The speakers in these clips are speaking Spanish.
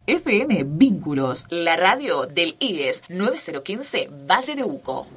FM Vínculos, la radio del IES 9015 Valle de Uco.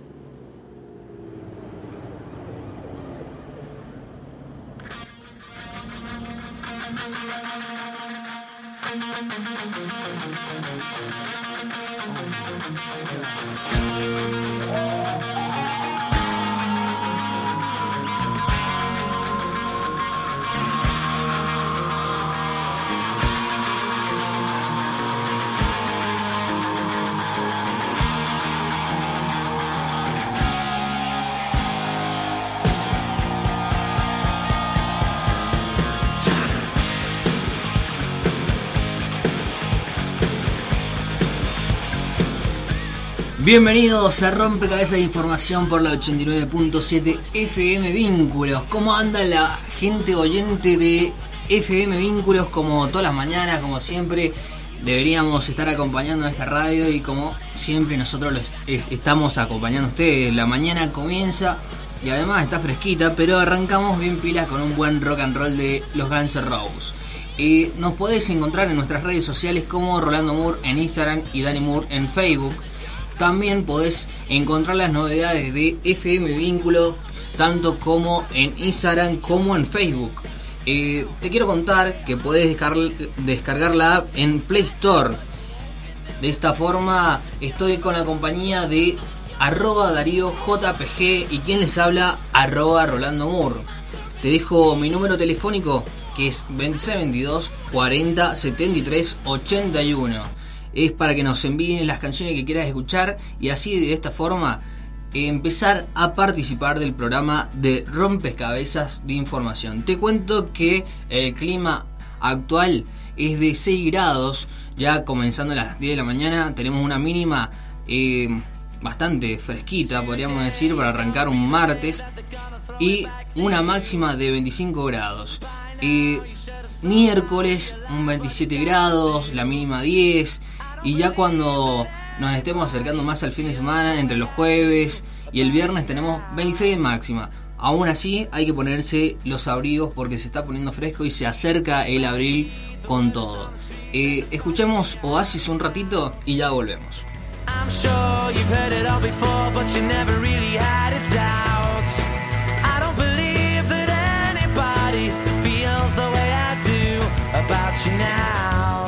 Bienvenidos a Rompecabezas de Información por la 89.7 FM Vínculos. ¿Cómo anda la gente oyente de FM Vínculos? Como todas las mañanas, como siempre, deberíamos estar acompañando a esta radio y como siempre nosotros estamos acompañando a ustedes. La mañana comienza y además está fresquita, pero arrancamos bien pilas con un buen rock and roll de los Guns N' Roses. Nos podéis encontrar en nuestras redes sociales como Rolando Moore en Instagram y Dani Moore en Facebook. También podés encontrar las novedades de FM Vínculo tanto como en Instagram como en Facebook. Te quiero contar que podés descargar la app en Play Store. De esta forma estoy con la compañía de @DaríoJPG y quien les habla @Rolando Moore. Te dejo mi número telefónico que es 2622 40 73 81. Es para que nos envíen las canciones que quieras escuchar y así de esta forma empezar a participar del programa de Rompecabezas de Información. Te cuento que el clima actual es de 6 grados, ya comenzando a las 10 de la mañana. Tenemos una mínima bastante fresquita, podríamos decir, para arrancar un martes, y una máxima de 25 grados. Miércoles un 27 grados, la mínima 10. Y ya cuando nos estemos acercando más al fin de semana, entre los jueves y el viernes, tenemos 26 de máxima. Aún así hay que ponerse los abrigos porque se está poniendo fresco y se acerca el abril con todo. Escuchemos Oasis un ratito y ya volvemos. I'm sure you've heard it all before, but you never really had a doubt. I don't believe that anybody feels the way I do about you now.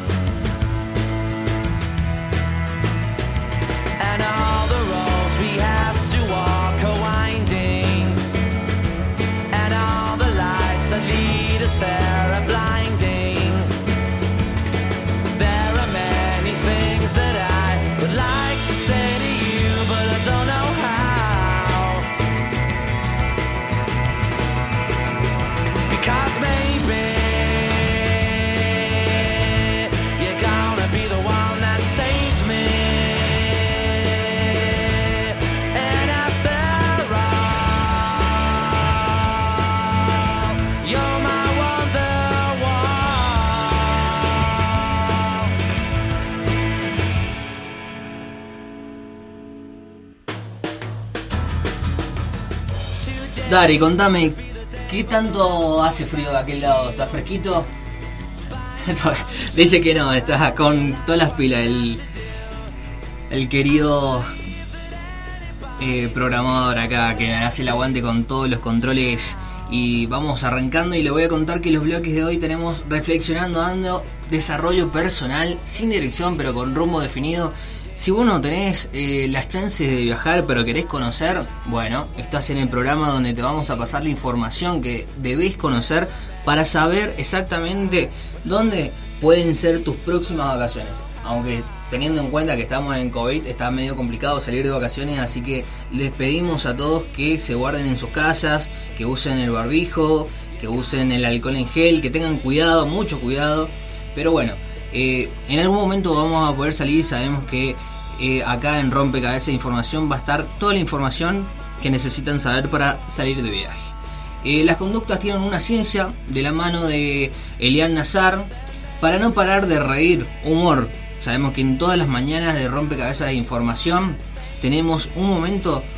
And all the roads we have to walk are winding, and all the lights that lead us there are blinding. There are many things that I would like to say to you, but I don't know how. Because maybe you're gonna be the one that saves me. And after all, you're my Wonderwall. Dari, contame, ¿qué tanto hace frío de aquel lado? ¿Está fresquito? Dice que no, está con todas las pilas el querido programador acá, que me hace el aguante con todos los controles. Y vamos arrancando y le voy a contar que los bloques de hoy tenemos reflexionando, dando desarrollo personal, sin dirección pero con rumbo definido. Si vos no tenés las chances de viajar pero querés conocer, bueno, estás en el programa donde te vamos a pasar la información que debés conocer para saber exactamente dónde pueden ser tus próximas vacaciones. Aunque teniendo en cuenta que estamos en COVID, está medio complicado salir de vacaciones, así que les pedimos a todos que se guarden en sus casas, que usen el barbijo, que usen el alcohol en gel, que tengan cuidado, mucho cuidado. Pero bueno, en algún momento vamos a poder salir. Sabemos que acá en Rompecabezas de Información va a estar toda la información que necesitan saber para salir de viaje. Las conductas tienen una ciencia, de la mano de Elian Nazar, para no parar de reír, humor. Sabemos que en todas las mañanas de Rompecabezas de Información tenemos un momento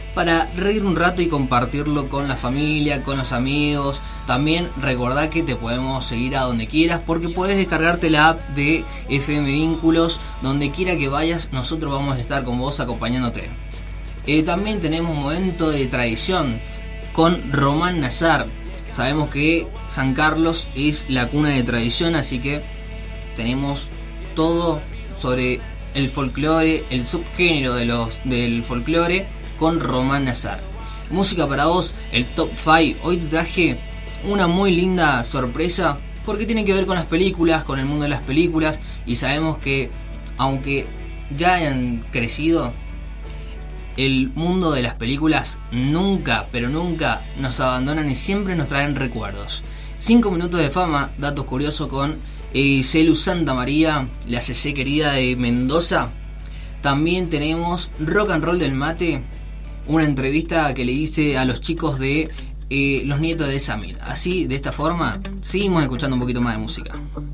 para reír un rato y compartirlo con la familia, con los amigos. También recordá que te podemos seguir a donde quieras, porque puedes descargarte la app de FM Vínculos. Donde quiera que vayas, nosotros vamos a estar con vos acompañándote. También tenemos un momento de tradición con Román Nazar. Sabemos que San Carlos es la cuna de tradición, así que tenemos todo sobre el folclore, el subgénero del folclore con Román Nazar. Música para vos, el Top 5. Hoy te traje una muy linda sorpresa porque tiene que ver con las películas, con el mundo de las películas, y sabemos que aunque ya hayan crecido, el mundo de las películas nunca, pero nunca nos abandonan y siempre nos traen recuerdos. 5 minutos de fama, datos curiosos con Celu Santa María, la CC querida de Mendoza. También tenemos Rock and Roll del Mate, una entrevista que le hice a los chicos de los nietos de Samir. Así, de esta forma, seguimos escuchando un poquito más de música.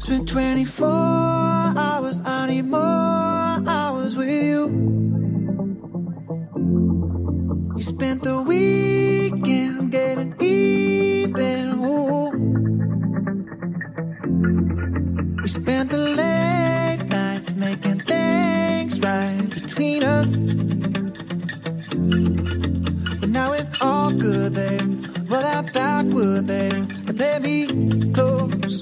You spent the weekend getting even. Ooh. We spent the late nights making things right between us. But now it's all good, babe. Roll that backward, babe, and play me close.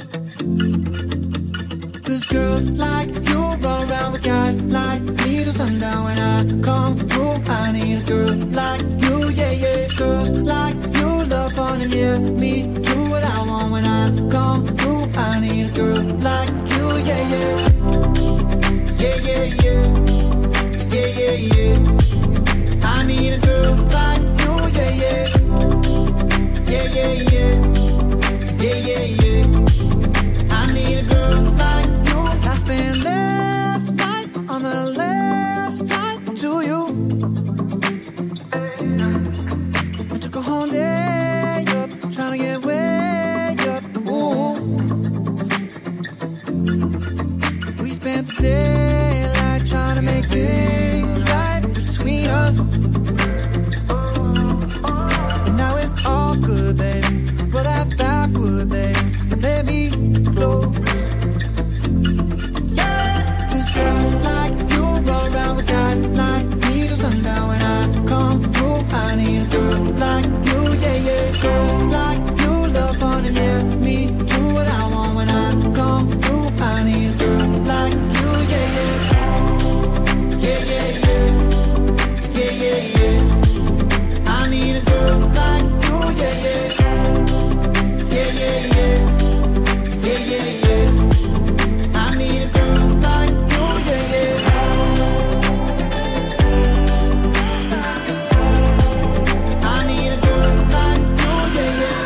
'Cause girls like you run around with guys like me till sundown. When I come through, I need a girl like you, yeah, yeah. Girls like you love fun and yeah, me do what I want. When I come through, I need a girl like you, yeah, yeah. Yeah, yeah, yeah. Yeah, yeah, yeah. I need a girl like you, yeah, yeah. Yeah, yeah, yeah. Yeah, yeah, yeah. I need a girl like you. I spent last night on the last flight to you. I took a whole day up, trying to get way up. Ooh. We spent the daylight trying to make things right between us. But now it's all good, baby. Roll that backward, baby, and play me close. Girls like you roll around with guys like me till sundown. When I come through, I need a girl like you, yeah, yeah. Girls like you love fun and yeah, me do what I want. When I come through, I need a girl like you, yeah, yeah. Yeah, yeah, yeah. Yeah, yeah, yeah. I need a girl like you, yeah, yeah. Yeah, yeah, yeah. Yeah, yeah, yeah. I need a girl like you, yeah, yeah. I need a girl like you, yeah, yeah.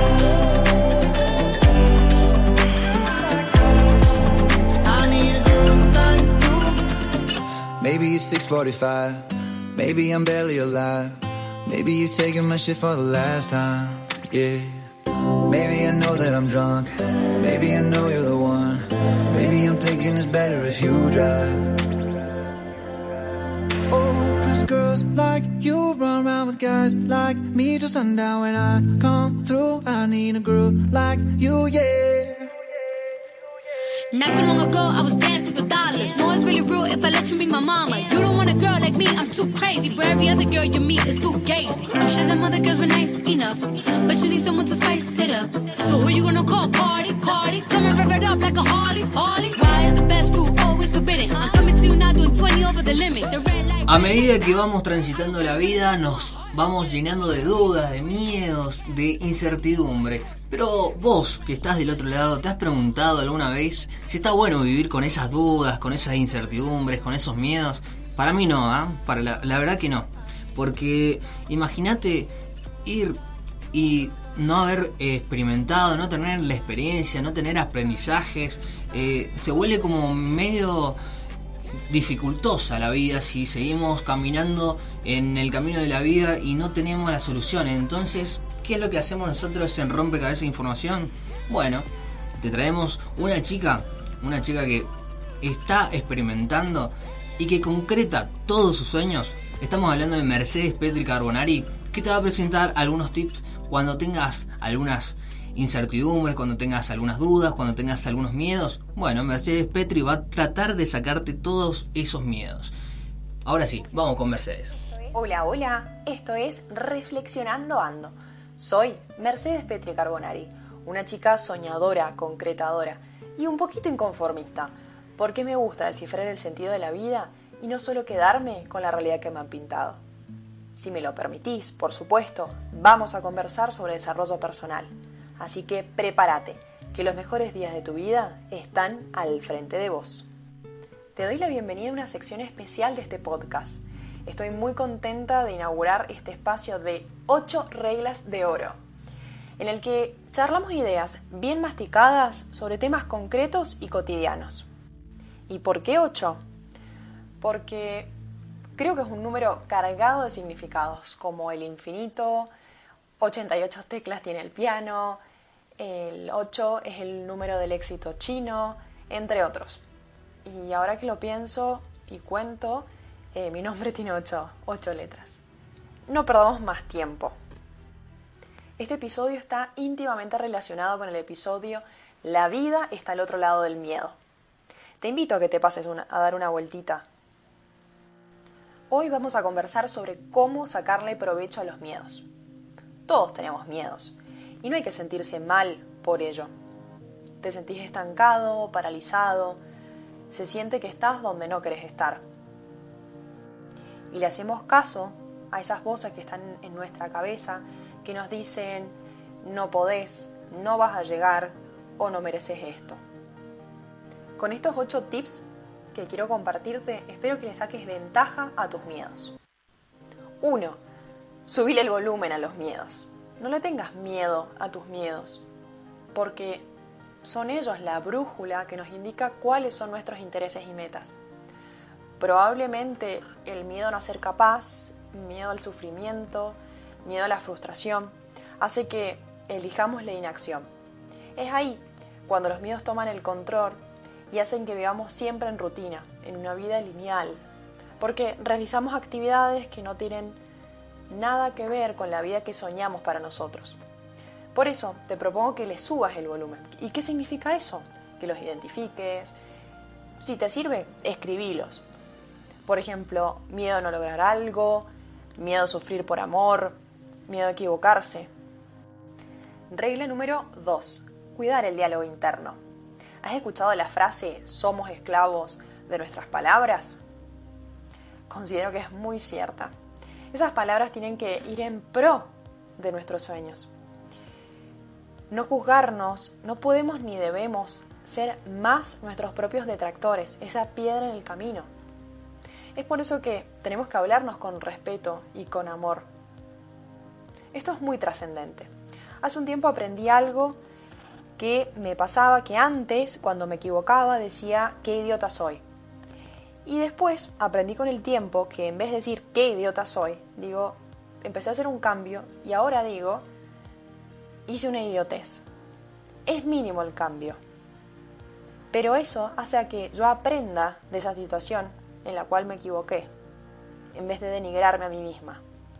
I need a girl like you. Maybe it's 6:45. Maybe I'm barely alive. Maybe you're taking my shit for the last time, yeah. Maybe I know that I'm drunk. Maybe I know you're the one. Maybe I'm thinking it's better if you drive. Oh, 'cause girls like you run around with guys like me till sundown. When I come through, I need a girl like you, yeah. Not too long ago, I was dancing for dollars. No, it's really real if I let you be my mama. You don't want a girl like me, I'm too crazy. But every other girl you meet is too gazy. I'm sure them other girls were nice enough, but you need someone to spice it up. So who you gonna call? Cardi, Cardi. Come and rev it up like a Harley, Harley. Why is the best food always forbidden? I'm coming to you now doing 20 over the limit. The red light. A medida que vamos transitando la vida, nos vamos llenando de dudas, de miedos, de incertidumbre. Pero vos, que estás del otro lado, ¿te has preguntado alguna vez si está bueno vivir con esas dudas, con esas incertidumbres, con esos miedos? Para mí no, ¿eh? Para la verdad que no. Porque imagínate ir y no haber experimentado, no tener la experiencia, no tener aprendizajes. Se vuelve como medio dificultosa la vida si seguimos caminando en el camino de la vida y no tenemos la solución. Entonces, ¿qué es lo que hacemos nosotros en Rompecabezas de Información? Bueno, te traemos una chica que está experimentando y que concreta todos sus sueños Estamos hablando de Mercedes Petri Carbonari, que te va a presentar algunos tips cuando tengas algunas incertidumbres, cuando tengas algunas dudas, cuando tengas algunos miedos. Bueno, Mercedes Petri va a tratar de sacarte todos esos miedos. Ahora sí, vamos con Mercedes. Hola, hola, esto es Reflexionando Ando. Soy Mercedes Petri Carbonari, una chica soñadora, concretadora y un poquito inconformista, porque me gusta descifrar el sentido de la vida y no solo quedarme con la realidad que me han pintado. Si me lo permitís, por supuesto, vamos a conversar sobre desarrollo personal. Así que prepárate, que los mejores días de tu vida están al frente de vos. Te doy la bienvenida a una sección especial de este podcast. Estoy muy contenta de inaugurar este espacio de 8 reglas de oro, en el que charlamos ideas bien masticadas sobre temas concretos y cotidianos. ¿Y por qué 8? Porque creo que es un número cargado de significados, como el infinito, 88 teclas tiene el piano, el 8 es el número del éxito chino, entre otros. Y ahora que lo pienso y cuento, mi nombre tiene 8 letras. No perdamos más tiempo. Este episodio está íntimamente relacionado con el episodio La vida está al otro lado del miedo. Te invito a que te pases a dar una vueltita. Hoy vamos a conversar sobre cómo sacarle provecho a los miedos. Todos tenemos miedos y no hay que sentirse mal por ello. Te sentís estancado, paralizado, se siente que estás donde no querés estar. Y le hacemos caso a esas voces que están en nuestra cabeza que nos dicen no podés, no vas a llegar o no mereces esto. Con estos 8 tips que quiero compartirte, espero que le saques ventaja a tus miedos. 1. Subile el volumen a los miedos. No le tengas miedo a tus miedos, porque son ellos la brújula que nos indica cuáles son nuestros intereses y metas. Probablemente el miedo a no ser capaz, miedo al sufrimiento, miedo a la frustración, hace que elijamos la inacción. Es ahí cuando los miedos toman el control y hacen que vivamos siempre en rutina, en una vida lineal, porque realizamos actividades que no tienen nada que ver con la vida que soñamos para nosotros. Por eso te propongo que le subas el volumen. ¿Y qué significa eso? Que los identifiques. Si te sirve, escribílos. Por ejemplo, miedo a no lograr algo, miedo a sufrir por amor, miedo a equivocarse. Regla número 2. Cuidar el diálogo interno. ¿Has escuchado la frase somos esclavos de nuestras palabras? Considero que es muy cierta. Esas palabras tienen que ir en pro de nuestros sueños. No juzgarnos, no podemos ni debemos ser más nuestros propios detractores, esa piedra en el camino. Es por eso que tenemos que hablarnos con respeto y con amor. Esto es muy trascendente. Hace un tiempo aprendí algo que me pasaba, que antes, cuando me equivocaba, decía qué idiota soy. Y después aprendí con el tiempo que en vez de decir qué idiota soy, empecé a hacer un cambio y ahora digo, hice una idiotez. Es mínimo el cambio. Pero eso hace a que yo aprenda de esa situación en la cual me equivoqué, en vez de denigrarme a mí misma.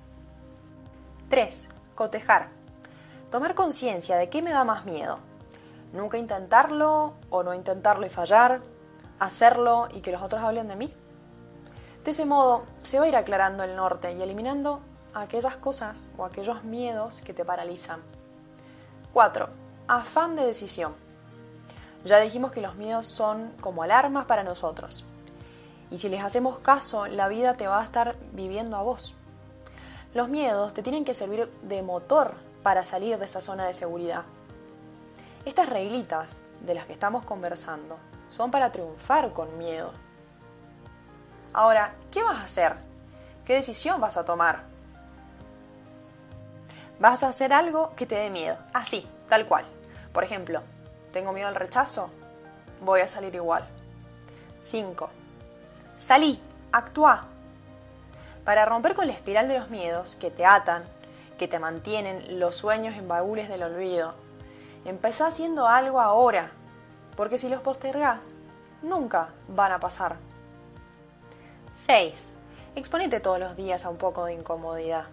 3. Cotejar. Tomar conciencia de qué me da más miedo. Nunca intentarlo o no intentarlo y fallar, hacerlo y que los otros hablen de mí. De ese modo se va a ir aclarando el norte y eliminando aquellas cosas o aquellos miedos que te paralizan. 4. Afán de decisión. Ya dijimos que los miedos son como alarmas para nosotros. Y si les hacemos caso, la vida te va a estar viviendo a vos. Los miedos te tienen que servir de motor para salir de esa zona de seguridad. Estas reglitas de las que estamos conversando son para triunfar con miedo. Ahora, ¿qué vas a hacer? ¿Qué decisión vas a tomar? Vas a hacer algo que te dé miedo, así, tal cual. Por ejemplo, ¿tengo miedo al rechazo? Voy a salir igual. 5. Salí, actúa. Para romper con la espiral de los miedos que te atan, que te mantienen los sueños en baúles del olvido, empezá haciendo algo ahora, porque si los postergás, nunca van a pasar. 6. Exponete todos los días a un poco de incomodidad.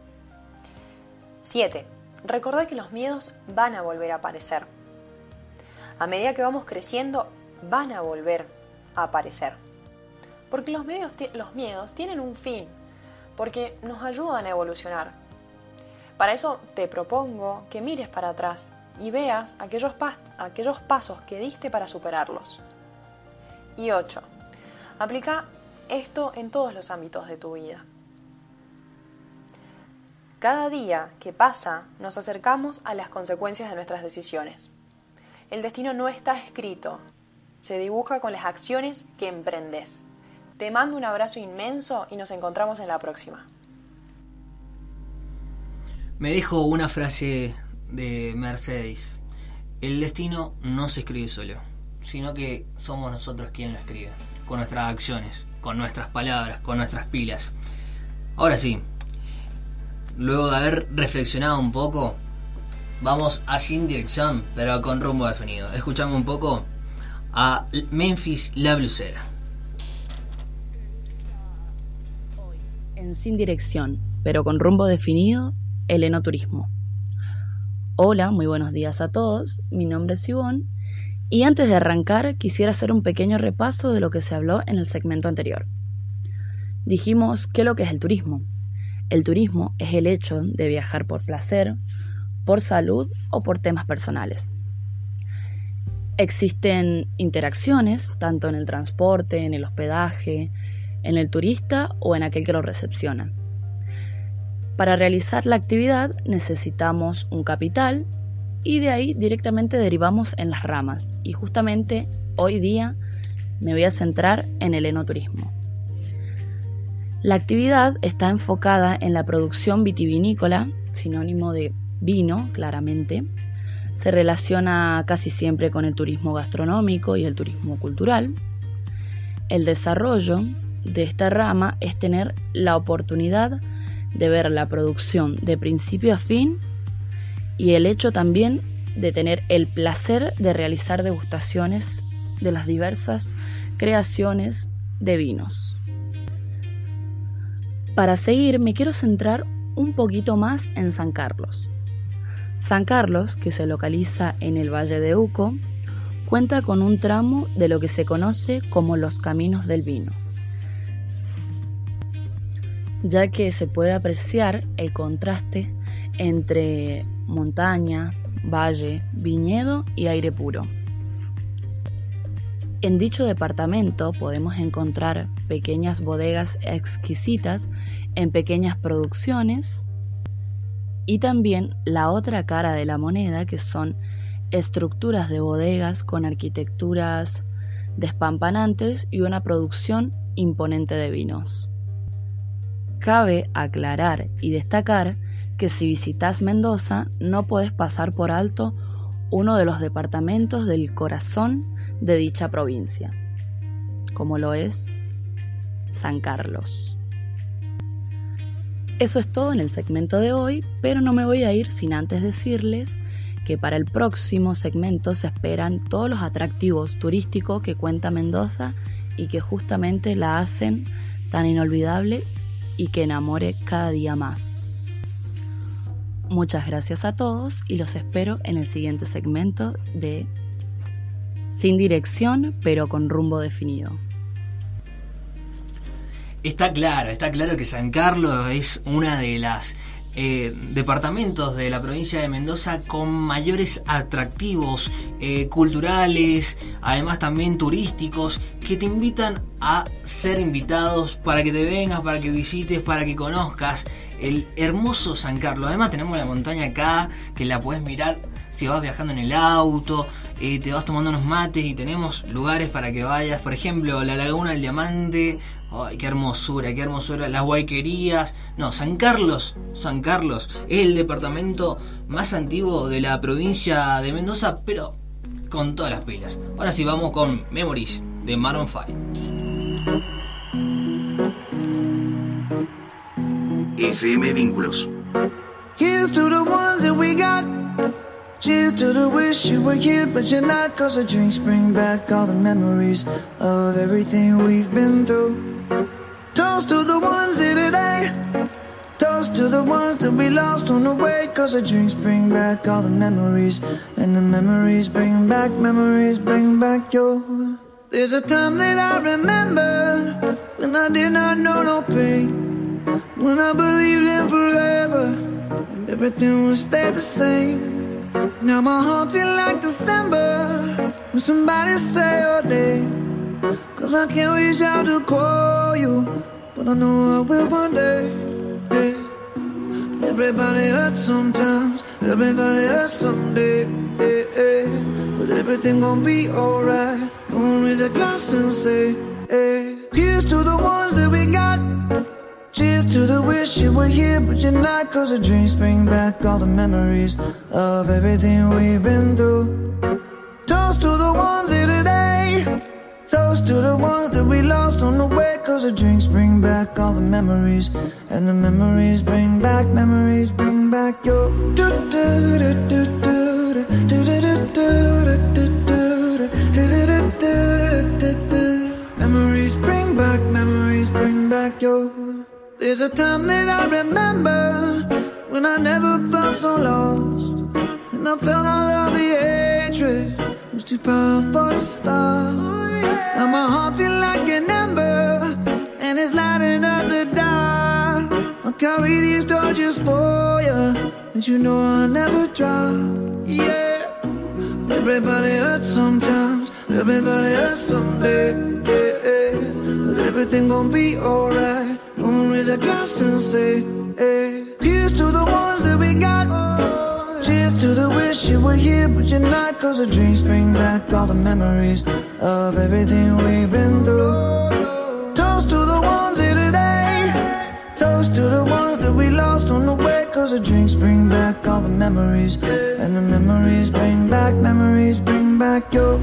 7. Recordá que los miedos van a volver a aparecer. A medida que vamos creciendo, van a volver a aparecer. Porque los miedos tienen un fin, porque nos ayudan a evolucionar. Para eso te propongo que mires para atrás y veas aquellos pasos que diste para superarlos. Y 8. Aplica esto en todos los ámbitos de tu vida. Cada día que pasa nos acercamos a las consecuencias de nuestras decisiones. El destino no está escrito, se dibuja con las acciones que emprendes. Te mando un abrazo inmenso y nos encontramos en la próxima. Me dejo una frase de Mercedes: el destino no se escribe solo, sino que somos nosotros quienes lo escribe, con nuestras acciones, con nuestras palabras, con nuestras pilas. Ahora sí, luego de haber reflexionado un poco, vamos a Sin Dirección, pero con rumbo definido. Escuchamos un poco a Memphis La Blusera. En Sin Dirección, pero con rumbo definido, el enoturismo. Hola, muy buenos días a todos. Mi nombre es Ivonne y antes de arrancar quisiera hacer un pequeño repaso de lo que se habló en el segmento anterior. Dijimos qué es lo que es el turismo. El turismo es el hecho de viajar por placer, por salud o por temas personales. Existen interacciones, tanto en el transporte, en el hospedaje, en el turista o en aquel que lo recepciona. Para realizar la actividad necesitamos un capital y de ahí directamente derivamos en las ramas. Y justamente hoy día me voy a centrar en el enoturismo. La actividad está enfocada en la producción vitivinícola, sinónimo de vino, claramente. Se relaciona casi siempre con el turismo gastronómico y el turismo cultural. El desarrollo de esta rama es tener la oportunidad de ver la producción de principio a fin y el hecho también de tener el placer de realizar degustaciones de las diversas creaciones de vinos. Para seguir, me quiero centrar un poquito más en San Carlos. San Carlos, que se localiza en el Valle de Uco, cuenta con un tramo de lo que se conoce como los Caminos del Vino, ya que se puede apreciar el contraste entre montaña, valle, viñedo y aire puro. En dicho departamento podemos encontrar pequeñas bodegas exquisitas en pequeñas producciones y también la otra cara de la moneda, que son estructuras de bodegas con arquitecturas despampanantes y una producción imponente de vinos. Cabe aclarar y destacar que si visitas Mendoza no podés pasar por alto uno de los departamentos del corazón de dicha provincia, como lo es San Carlos. Eso es todo en el segmento de hoy, pero no me voy a ir sin antes decirles que para el próximo segmento se esperan todos los atractivos turísticos que cuenta Mendoza y que justamente la hacen tan inolvidable y que enamore cada día más. Muchas gracias a todos y los espero en el siguiente segmento de Sin Dirección, pero con rumbo definido. Está claro que San Carlos es una de las departamentos de la provincia de Mendoza con mayores atractivos culturales, además también turísticos, que te invitan a ser invitados para que te vengas, para que visites, para que conozcas el hermoso San Carlos. Además tenemos la montaña acá, que la puedes mirar si vas viajando en el auto, te vas tomando unos mates y tenemos lugares para que vayas, por ejemplo, la Laguna del Diamante. ¡Ay, qué hermosura! Las Guayquerías. No, San Carlos es el departamento más antiguo de la provincia de Mendoza, pero con todas las pilas. Ahora sí vamos con Memories de Maroon 5. FM Vínculos. Here's to the ones that we got. Cheers to the wish you were here but you're not, 'cause the drinks bring back all the memories of everything we've been through. Toast to the ones here today. Toast to the ones that we lost on the way. Cause the drinks bring back all the memories. And the memories bring back your. There's a time that I remember when I did not know no pain. When I believed in forever and everything would stay the same. Now my heart feel like December when somebody say your name. Cause I can't reach out to call you, but I know I will one day. Hey. Everybody hurts sometimes, everybody hurts someday. Hey, hey. But everything gon' be alright. Gonna raise a glass and say, hey. Here's to the ones that we got. Cheers to the wish you were here but you're not. Cause the drinks bring back all the memories of everything we've been through. Toast to the ones here today. Toast to the ones that we lost on the way. Cause the drinks bring back all the memories. And the memories bring back your. Memories bring back your. There's a time that I remember when I never felt so lost. And I felt all of the hatred was too powerful to stop. Now my heart feel like an ember and it's lighting up the dark. I'll carry these torches for you, and you know I'll never drop. Yeah. Everybody hurts sometimes, everybody hurts someday. Yeah, yeah. But everything gon' be alright. Gonna raise a glass and say, hey. Here's to the ones that we got. Cheers to the wish you were here but you're not. Cause the drinks bring back all the memories of everything we've been through. Toast to the ones here today. Toast to the ones that we lost on the way. Cause the drinks bring back all the memories. And the memories bring back your.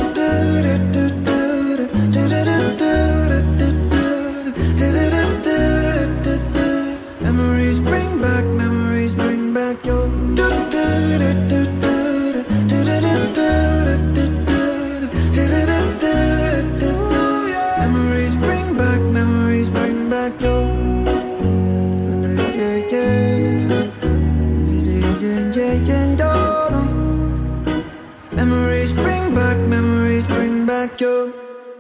Memories bring back your. Memories bring back your. Memories bring back your.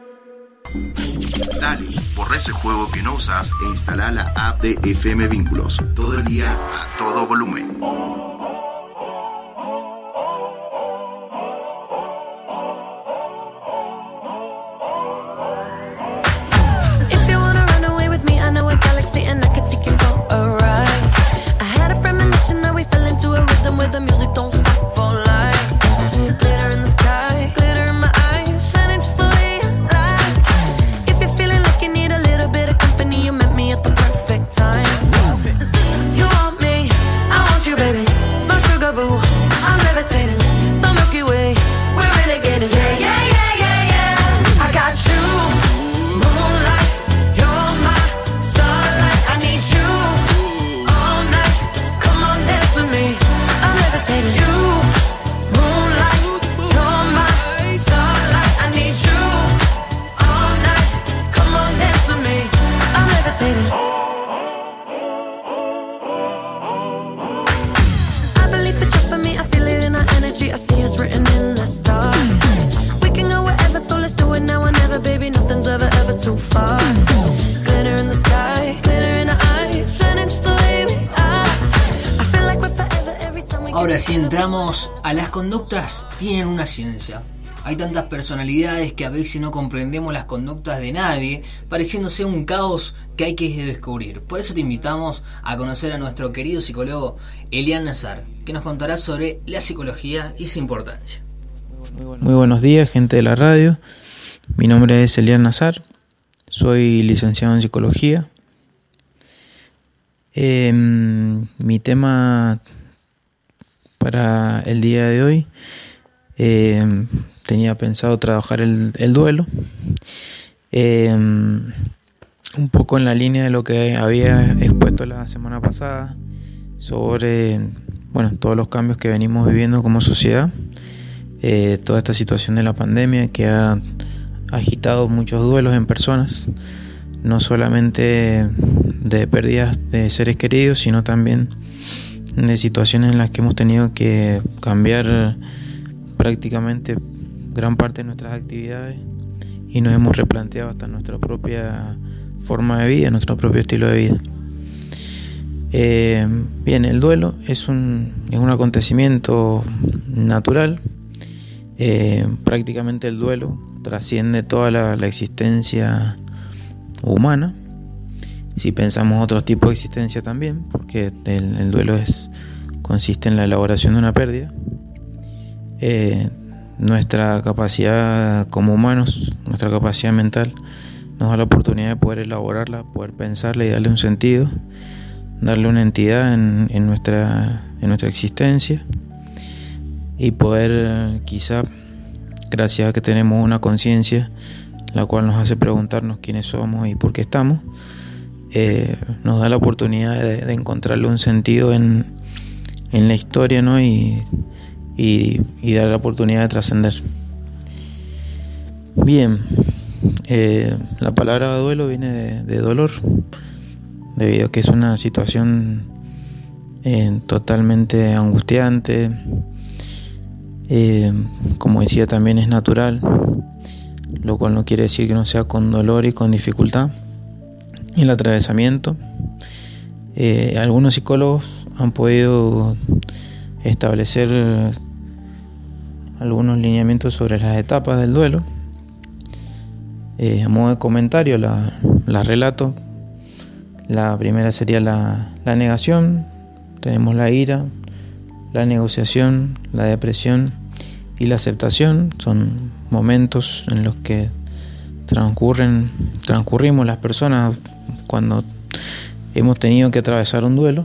Dale, borra ese juego que no usas e instala la app de FM Vínculos. Todo el día, a todo volumen. If you wanna run away with me, I know a galaxy and I can take you for a ride. I had a premonition that we fell into a rhythm where the music don't stop for life. Glitter in the sky, glitter in my eyes, shining just the way I like. If you're feeling like you need a little bit of company, you met me at the perfect time. You want me, I want you, baby. My sugar boo, I'm levitating. The Milky Way, we're renegading. Yeah, yeah, yeah, yeah, yeah. I got you, moonlight. You're my starlight. I need you all night. Come on, dance with me. I'm levitating. You, moonlight. You're my starlight. I need you all night. Come on, dance with me. I'm levitating. I believe that you're for me. I feel it in our energy. I see it's written in the stars. We can go wherever, so let's do it now or never, baby. Nothing's ever too far. Glitter in the sky, glitter in our eyes, shining just the way we are. I feel like we're forever every time we. Ahora sí entramos a las conductas, tienen una ciencia. Hay tantas personalidades que a veces no comprendemos las conductas de nadie, pareciéndose un caos que hay que descubrir. Por eso te invitamos a conocer a nuestro querido psicólogo Elian Nazar, que nos contará sobre la psicología y su importancia. Muy buenos días, gente de la radio. Mi nombre es Elian Nazar, soy licenciado en psicología. Mi tema para el día de hoy, tenía pensado trabajar el duelo, un poco en la línea de lo que había expuesto la semana pasada sobre todos los cambios que venimos viviendo como sociedad, toda esta situación de la pandemia que ha agitado muchos duelos en personas, no solamente de pérdidas de seres queridos, sino también de situaciones en las que hemos tenido que cambiar prácticamente gran parte de nuestras actividades y nos hemos replanteado hasta nuestra propia forma de vida, nuestro propio estilo de vida. Bien, el duelo es un acontecimiento natural. Prácticamente el duelo trasciende toda la existencia humana. Si pensamos otros tipos de existencia también, porque el duelo consiste en la elaboración de una pérdida. Nuestra capacidad como humanos, nuestra capacidad mental, nos da la oportunidad de poder elaborarla, poder pensarla y darle un sentido, darle una entidad en nuestra existencia, y poder, quizá gracias a que tenemos una conciencia la cual nos hace preguntarnos quiénes somos y por qué estamos, nos da la oportunidad de encontrarle un sentido en la historia, ¿no? y dar la oportunidad de trascender. Bien, la palabra duelo viene de dolor, debido a que es una situación totalmente angustiante. Como decía, también es natural, lo cual no quiere decir que no sea con dolor y con dificultad. El atravesamiento, algunos psicólogos han podido establecer algunos lineamientos sobre las etapas del duelo. A modo de comentario las relato. La primera sería la negación, tenemos la ira, la negociación, la depresión y la aceptación. Son momentos en los que transcurrimos las personas cuando hemos tenido que atravesar un duelo,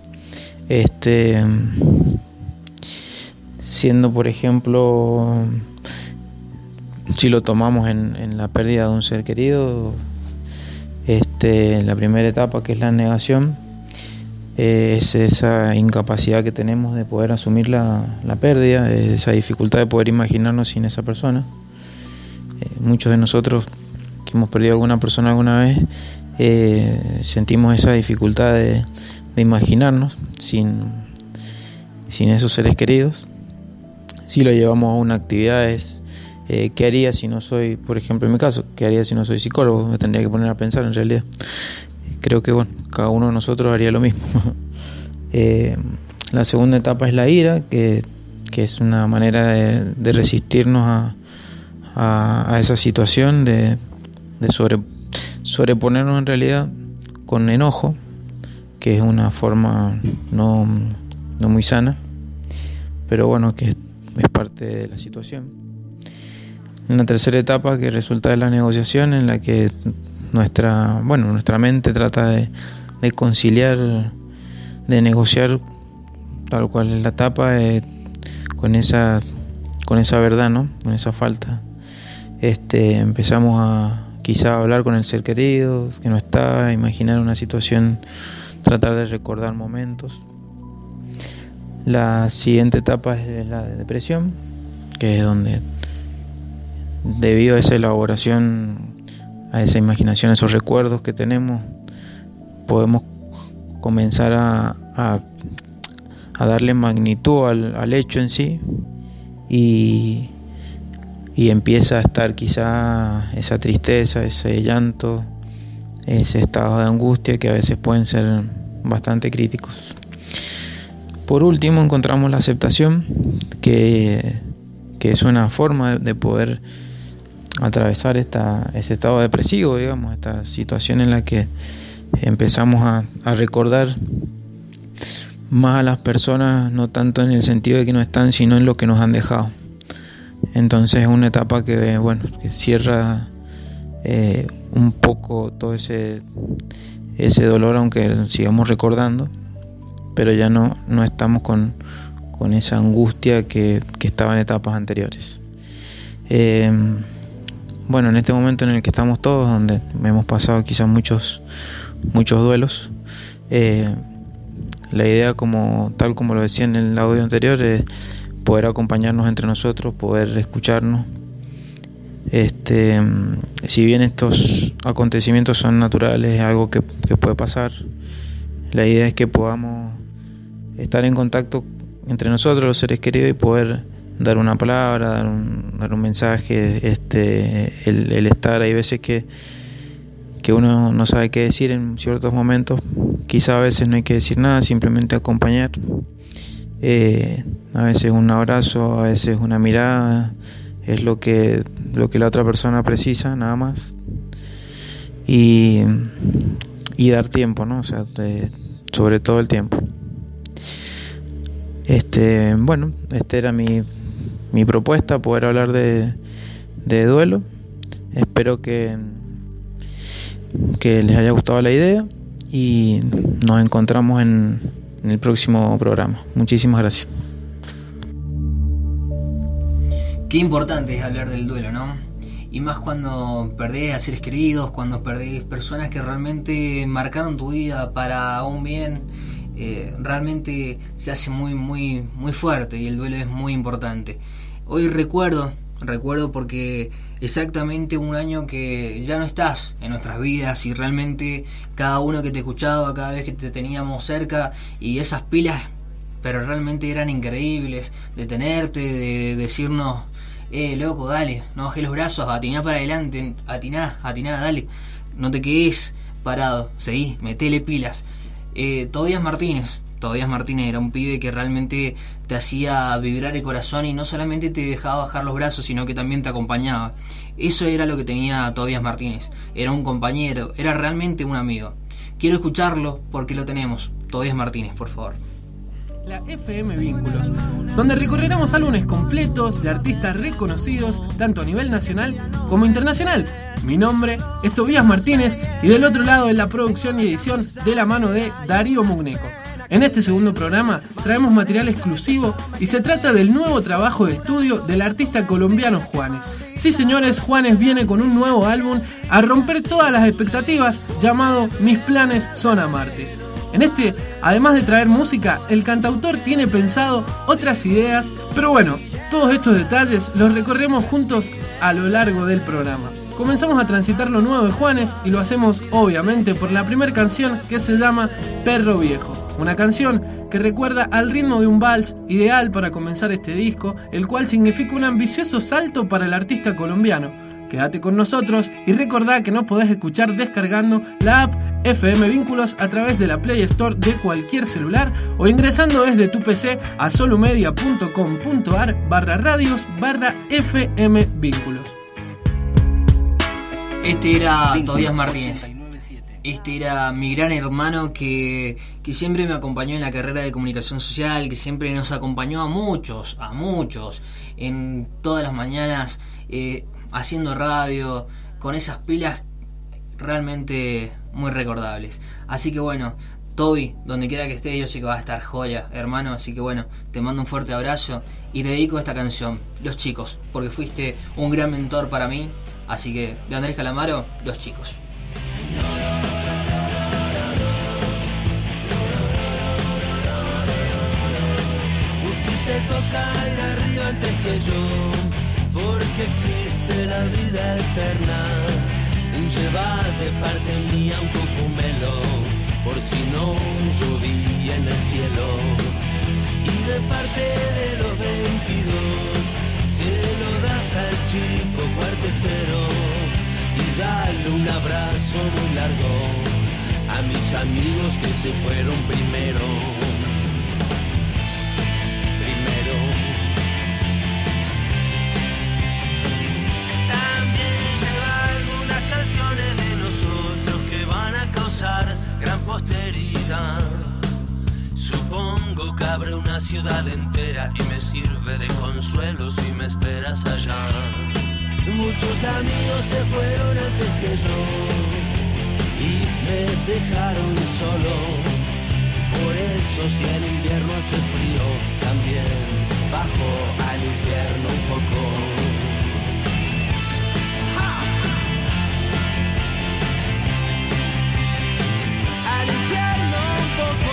siendo, por ejemplo, si lo tomamos en la pérdida de un ser querido, la primera etapa, que es la negación, es esa incapacidad que tenemos de poder asumir la pérdida, esa dificultad de poder imaginarnos sin esa persona. Muchos de nosotros que hemos perdido a alguna persona alguna vez, sentimos esa dificultad de imaginarnos sin esos seres queridos. Si lo llevamos a una actividad es ¿qué haría si no soy, por ejemplo en mi caso, qué haría si no soy psicólogo? Me tendría que poner a pensar, en realidad. Creo que cada uno de nosotros haría lo mismo. La segunda etapa es la ira, que es una manera de resistirnos a esa situación, de sobreponernos en realidad con enojo, que es una forma no muy sana, pero bueno, que es parte de la situación. Una tercera etapa que resulta de la negociación, en la que nuestra mente trata de conciliar, de negociar, tal cual es la etapa, con esa verdad, ¿no? Con esa falta. Empezamos a quizá hablar con el ser querido que no está, imaginar una situación, tratar de recordar momentos. La siguiente etapa es la de depresión, que es donde, debido a esa elaboración, a esa imaginación, a esos recuerdos que tenemos, podemos comenzar a darle magnitud al hecho en sí, y empieza a estar quizá esa tristeza, ese llanto, ese estado de angustia, que a veces pueden ser bastante críticos. Por último encontramos la aceptación, que es una forma de poder atravesar ese estado depresivo, digamos, esta situación en la que empezamos a recordar más a las personas, no tanto en el sentido de que no están, sino en lo que nos han dejado. Entonces es una etapa que cierra un poco todo ese dolor, aunque sigamos recordando, pero ya no estamos con esa angustia que estaba en etapas anteriores. En este momento en el que estamos todos, donde hemos pasado quizás muchos duelos, la idea, tal como lo decía en el audio anterior, es poder acompañarnos entre nosotros, poder escucharnos, Si bien estos acontecimientos son naturales, es algo que puede pasar. La idea es que podamos estar en contacto entre nosotros, los seres queridos, y poder dar una palabra, dar un mensaje. El estar, hay veces que uno no sabe qué decir en ciertos momentos. Quizá a veces no hay que decir nada, simplemente acompañar. A veces un abrazo, a veces una mirada, es lo que la otra persona precisa, nada más. Y dar tiempo, ¿no? O sea, sobre todo el tiempo. Bueno, era mi propuesta, poder hablar de duelo. Espero que les haya gustado la idea y nos encontramos en el próximo programa. Muchísimas gracias. Qué importante es hablar del duelo, ¿no? Y más cuando perdés a seres queridos, cuando perdés personas que realmente marcaron tu vida para un bien. Realmente se hace muy, muy, muy fuerte y el duelo es muy importante. Hoy recuerdo porque exactamente un año que ya no estás en nuestras vidas, y realmente cada uno que te escuchaba, cada vez que te teníamos cerca, y esas pilas, pero realmente eran increíbles, de tenerte, de decirnos, loco, dale, no bajes los brazos, atiná para adelante, atiná, dale, no te quedes parado, seguí, metele pilas. Tobías Martínez era un pibe que realmente te hacía vibrar el corazón y no solamente te dejaba bajar los brazos, sino que también te acompañaba. Eso era lo que tenía Tobías Martínez. Era un compañero, era realmente un amigo. Quiero escucharlo porque lo tenemos. Tobías Martínez, por favor. La FM Vínculos, donde recorreremos álbumes completos de artistas reconocidos tanto a nivel nacional como internacional. Mi nombre es Tobías Martínez y del otro lado en la producción y edición de la mano de Darío Mugneco. En este segundo programa traemos material exclusivo y se trata del nuevo trabajo de estudio del artista colombiano Juanes. Sí, señores, Juanes viene con un nuevo álbum a romper todas las expectativas, llamado Mis planes son amarte. En este, además de traer música, el cantautor tiene pensado otras ideas, pero bueno, todos estos detalles los recorremos juntos a lo largo del programa. Comenzamos a transitar lo nuevo de Juanes y lo hacemos obviamente por la primera canción, que se llama Perro Viejo. Una canción que recuerda al ritmo de un vals, ideal para comenzar este disco, el cual significa un ambicioso salto para el artista colombiano. Quédate con nosotros y recordá que nos podés escuchar descargando la app FM Vínculos a través de la Play Store de cualquier celular o ingresando desde tu PC a solomedia.com.ar/radios/FM Vínculos. Este era Tobías Martínez. Este era mi gran hermano que siempre me acompañó en la carrera de comunicación social, que siempre nos acompañó a muchos, en todas las mañanas, haciendo radio, con esas pilas realmente muy recordables. Así que bueno, Toby, donde quiera que estés, yo sé que va a estar joya, hermano. Así que bueno, te mando un fuerte abrazo y te dedico esta canción, Los Chicos, porque fuiste un gran mentor para mí. Así que, de Andrés Calamaro, Los Chicos. Si te toca ir arriba antes que yo, porque existe la vida eterna, lleva de parte mía un cocumelo, por si no llovía en el cielo. Y de parte de los 22 se lo das al chico cuartetero, y dale un abrazo muy largo a mis amigos que se fueron primero. También lleva algunas canciones de nosotros que van a causar gran posteridad. Supongo que abre una ciudad entera y me sirve de consuelo si me esperas allá. Muchos amigos se fueron antes que yo y me dejaron solo. Por eso si en invierno hace frío, también bajo al infierno un poco. Al infierno un poco.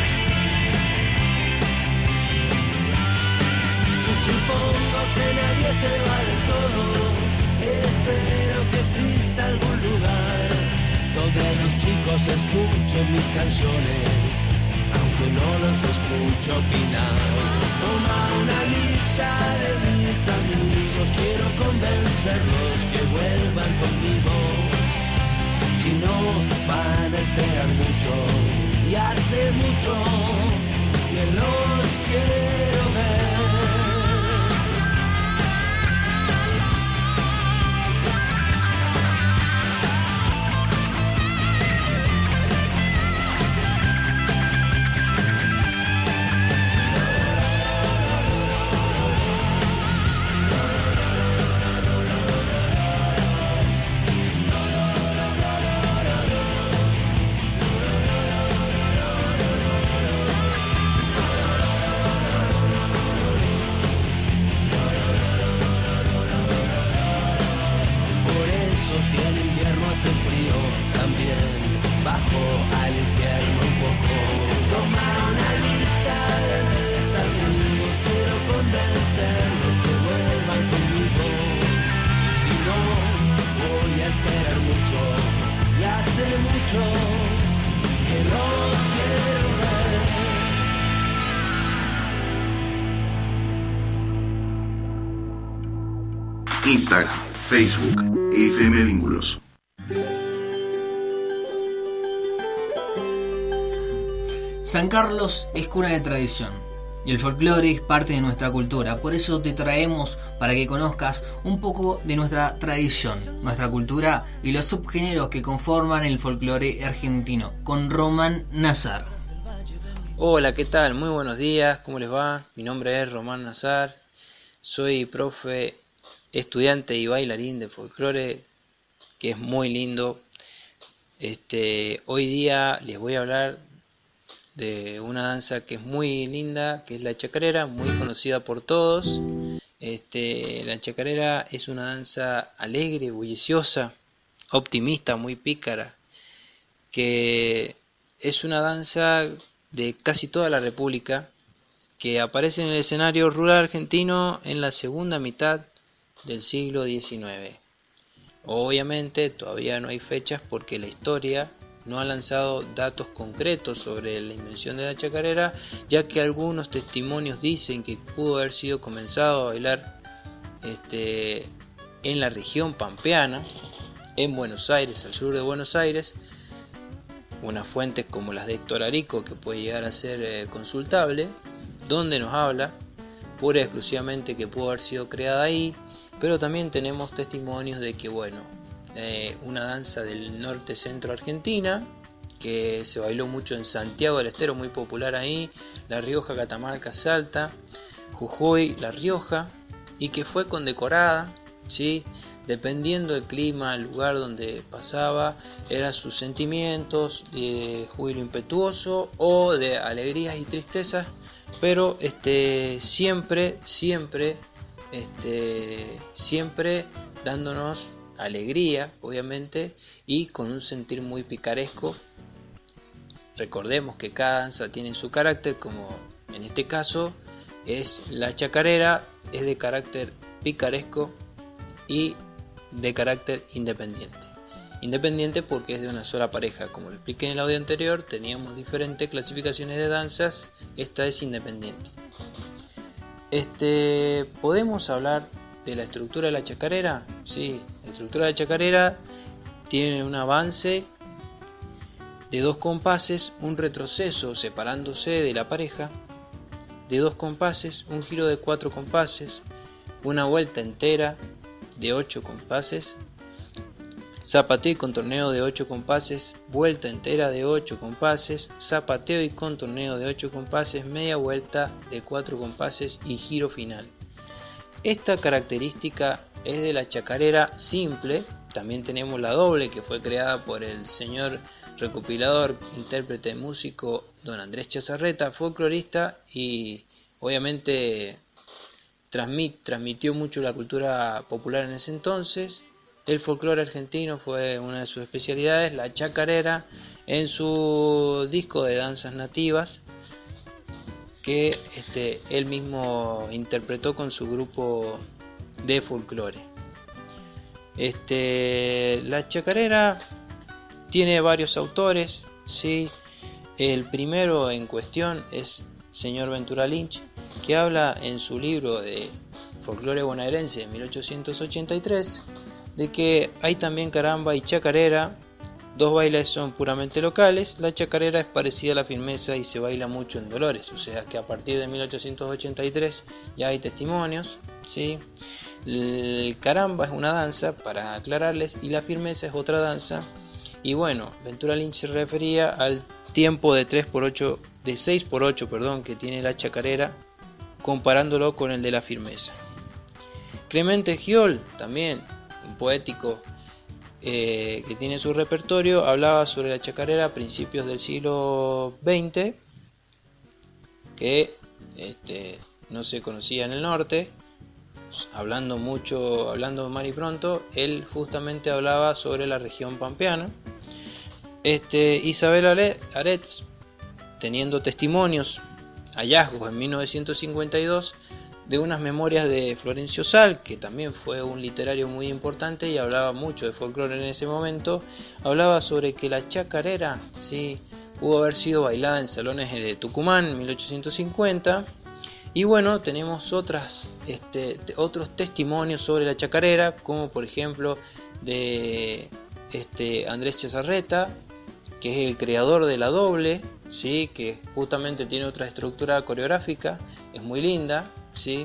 Supongo que nadie se va de todo. Espero que exista algún lugar donde los chicos escuchen mis canciones, aunque no los escucho opinar. Toma una lista de mis amigos, quiero convencerlos que vuelvan conmigo. Si no, van a esperar mucho, y hace mucho que los quiero ver. Bajo al infierno un poco. Toma una lista de mis amigos, quiero convencerlos que vuelvan conmigo. Si no, voy a esperar mucho, y hace mucho que los quiero ver. Instagram, Facebook, FM Vínculos. San Carlos es cuna de tradición y el folclore es parte de nuestra cultura. Por eso te traemos para que conozcas un poco de nuestra tradición, nuestra cultura y los subgéneros que conforman el folclore argentino, con Román Nazar. Hola, ¿qué tal? Muy buenos días, ¿cómo les va? Mi nombre es Román Nazar, soy profe, estudiante y bailarín de folclore, que es muy lindo. Hoy día les voy a hablar de una danza que es muy linda, que es la chacarera, muy conocida por todos. La chacarera es una danza alegre, bulliciosa, optimista, muy pícara, que es una danza de casi toda la República, que aparece en el escenario rural argentino en la segunda mitad del siglo XIX. Obviamente todavía no hay fechas porque la historia no ha lanzado datos concretos sobre la invención de la chacarera, ya que algunos testimonios dicen que pudo haber sido comenzado a bailar en la región pampeana, en Buenos Aires, al sur de Buenos Aires. Unas fuentes como las de Héctor Arico, que puede llegar a ser consultable, donde nos habla pura y exclusivamente que pudo haber sido creada ahí, pero también tenemos testimonios de que una danza del norte centro Argentina que se bailó mucho en Santiago del Estero, muy popular ahí, La Rioja, Catamarca, Salta, Jujuy, La Rioja, y que fue condecorada, ¿sí? Dependiendo del clima, el lugar donde pasaba, eran sus sentimientos de júbilo impetuoso o de alegrías y tristezas, pero siempre dándonos alegría, obviamente, y con un sentir muy picaresco. Recordemos que cada danza tiene su carácter, como en este caso es la chacarera, es de carácter picaresco y de carácter independiente. Independiente porque es de una sola pareja. Como lo expliqué en el audio anterior, teníamos diferentes clasificaciones de danzas, esta es independiente. ¿Podemos hablar de la estructura de la chacarera? Sí, la estructura de la chacarera tiene un avance de 2 compases, un retroceso separándose de la pareja de 2 compases, un giro de 4 compases, una vuelta entera de 8 compases, zapateo y contorneo de 8 compases, vuelta entera de 8 compases, zapateo y contorneo de 8 compases, media vuelta de 4 compases y giro final. Esta característica es de la chacarera simple. También tenemos la doble, que fue creada por el señor recopilador, intérprete, músico don Andrés Chazarreta, folclorista, y obviamente transmitió mucho la cultura popular en ese entonces. El folclore argentino fue una de sus especialidades, la chacarera, en su disco de danzas nativas, que él mismo interpretó con su grupo de folclore. La chacarera tiene varios autores, ¿sí? El primero en cuestión es señor Ventura Lynch, que habla en su libro de folclore bonaerense de 1883 de que hay también caramba y chacarera. Dos bailes son puramente locales. La chacarera es parecida a la firmeza y se baila mucho en Dolores, o sea que a partir de 1883 ya hay testimonios, ¿sí? El caramba es una danza, para aclararles, y la firmeza es otra danza. Y bueno, Ventura Lynch se refería al tiempo de 6x8, que tiene la chacarera, comparándolo con el de la firmeza. Clemente Giol, también un poético que tiene su repertorio, hablaba sobre la chacarera a principios del siglo XX, que no se conocía en el norte. Hablando mal y pronto, él justamente hablaba sobre la región pampeana. Isabel Aretz, teniendo testimonios, hallazgos en 1952 de unas memorias de Florencio Sal, que también fue un literario muy importante y hablaba mucho de folclore en ese momento, hablaba sobre que la chacarera, ¿sí?, pudo haber sido bailada en salones de Tucumán en 1850. Y bueno, tenemos otros testimonios sobre la chacarera, como por ejemplo de Andrés Chazarreta, que es el creador de la doble, ¿sí?, que justamente tiene otra estructura coreográfica, es muy linda, ¿sí?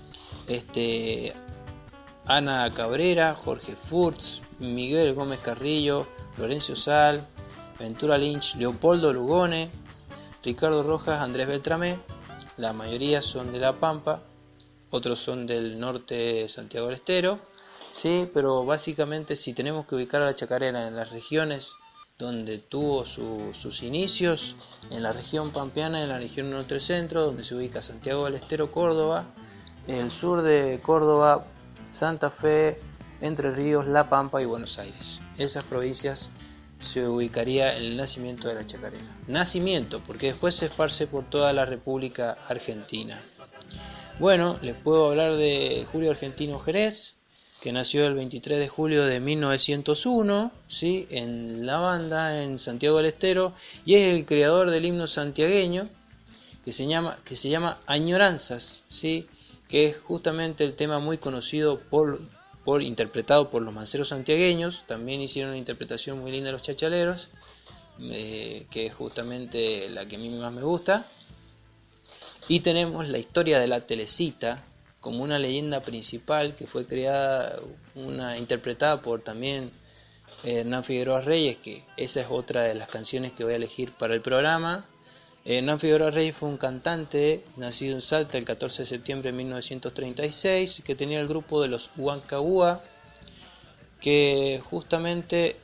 Ana Cabrera, Jorge Furtz, Miguel Gómez Carrillo, Florencio Sal, Ventura Lynch, Leopoldo Lugone, Ricardo Rojas, Andrés Beltramé. La mayoría son de La Pampa, otros son del norte de Santiago del Estero, sí, pero básicamente si tenemos que ubicar a la chacarera en las regiones donde tuvo sus inicios, en la región pampeana, en la región norte-centro, donde se ubica Santiago del Estero, Córdoba, el sur de Córdoba, Santa Fe, Entre Ríos, La Pampa y Buenos Aires. Esas provincias se ubicaría el nacimiento de la chacarera. Nacimiento, porque después se esparce por toda la República Argentina. Bueno, les puedo hablar de Julio Argentino Jerez, que nació el 23 de julio de 1901, ¿sí?, en La Banda, en Santiago del Estero, y es el creador del himno santiagueño, que se llama Añoranzas, ¿sí?, que es justamente el tema muy conocido interpretado por los manceros santiagueños. También hicieron una interpretación muy linda de los chachaleros, que es justamente la que a mí más me gusta. Y tenemos la historia de la Telecita como una leyenda principal que fue interpretada por también Hernán Figueroa Reyes, que esa es otra de las canciones que voy a elegir para el programa. Hernán Figueroa Reyes fue un cantante nacido en Salta el 14 de septiembre de 1936, que tenía el grupo de los Huancahuá, que justamente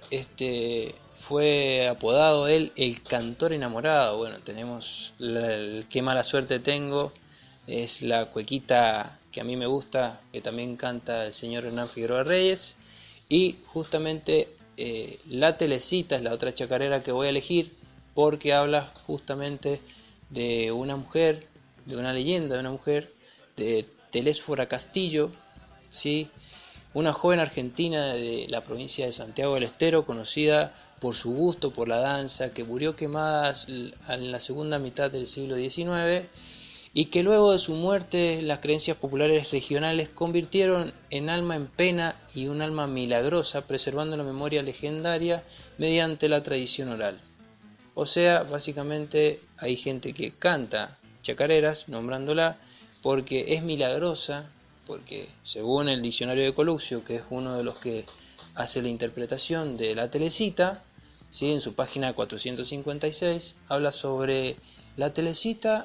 fue apodado él el cantor enamorado. Bueno, tenemos el Qué mala suerte tengo, es la cuequita que a mí me gusta, que también canta el señor Hernán Figueroa Reyes. Y justamente la Telecita es la otra chacarera que voy a elegir, porque habla justamente de una mujer, de una leyenda de una mujer, de Telésfora Castillo, ¿sí?, una joven argentina de la provincia de Santiago del Estero, conocida por su gusto por la danza, que murió quemada en la segunda mitad del siglo XIX, y que luego de su muerte las creencias populares regionales convirtieron en alma en pena y un alma milagrosa, preservando la memoria legendaria mediante la tradición oral. O sea, básicamente hay gente que canta chacareras nombrándola porque es milagrosa, porque según el diccionario de Coluxio, que es uno de los que hace la interpretación de la Telecita, ¿sí?, en su página 456 habla sobre la Telecita.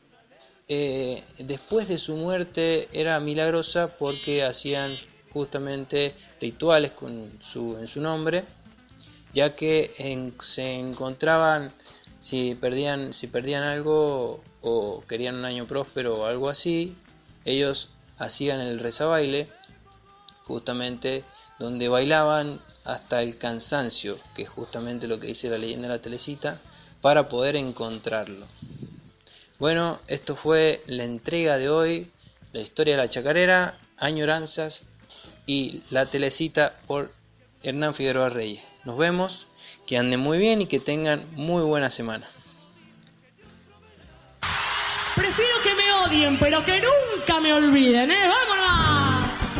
Después de su muerte era milagrosa porque hacían justamente rituales en su nombre, ya que se encontraban, si perdían algo o querían un año próspero o algo así, ellos hacían el rezabaile, justamente donde bailaban hasta el cansancio, que es justamente lo que dice la leyenda de la Telecita, para poder encontrarlo. Bueno, esto fue la entrega de hoy, la historia de la chacarera. Añoranzas y La Telecita por Hernán Figueroa Reyes. Nos vemos, que anden muy bien y que tengan muy buena semana. Prefiero que me odien, pero que nunca me olviden, ¿eh? ¡Vámonos!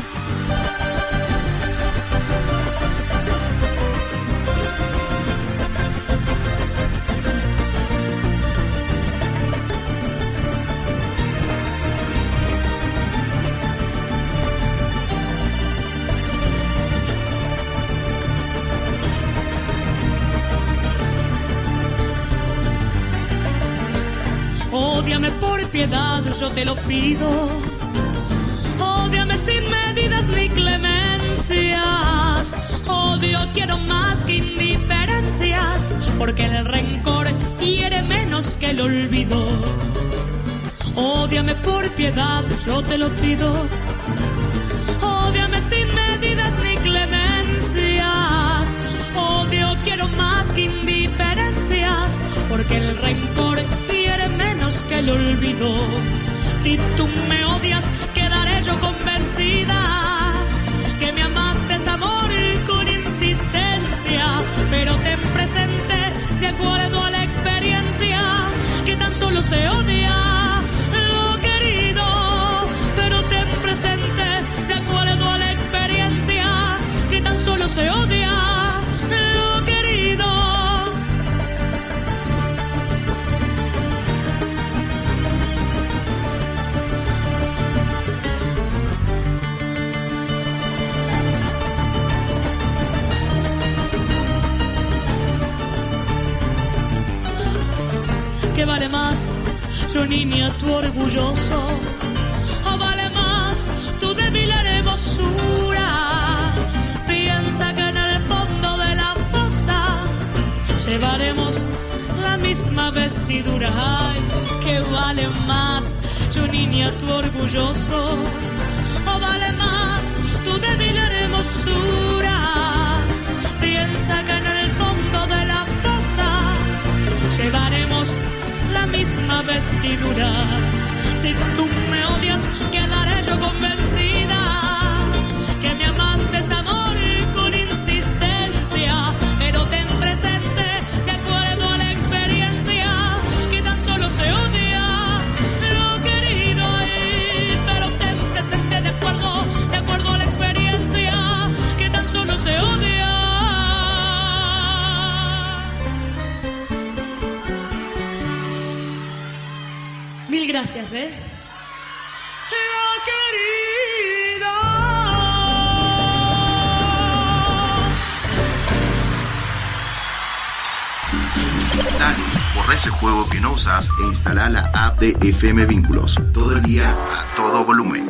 Ódiame por piedad, yo te lo pido. Ódiame sin medidas ni clemencias. Odio quiero más que indiferencias, porque el rencor hiere menos que el olvido. Ódiame por piedad, yo te lo pido. Ódiame sin medidas ni clemencias. Odio quiero más que indiferencias, porque el rencor hiere menos que el olvido. Si tú me odias, quedaré yo convencida que me amaste es amor con insistencia, pero ten presente, de acuerdo a la experiencia, que tan solo se odia lo querido. Pero ten presente, de acuerdo a la experiencia, que tan solo se odia lo querido. ¿Qué vale más, yo niña, tu orgulloso? ¿O vale más tu débil hermosura? Piensa que en el fondo de la fosa llevaremos la misma vestidura. Ay, ¿qué vale más, yo niña, tu orgulloso? ¿O vale más tu débil hermosura? Piensa que en el fondo de la fosa llevaremos la misma vestidura. Si tú me odias, quedaré yo convencida que me amaste es amor con insistencia, pero ten presente, de acuerdo a la experiencia, que tan solo se odia lo querido. Pero ten presente, de acuerdo a la experiencia, que tan solo se odia. Mil gracias, Lo querido. Dale, borra ese juego que no usas e instala la app de FM Vínculos. Todo el día, a todo volumen.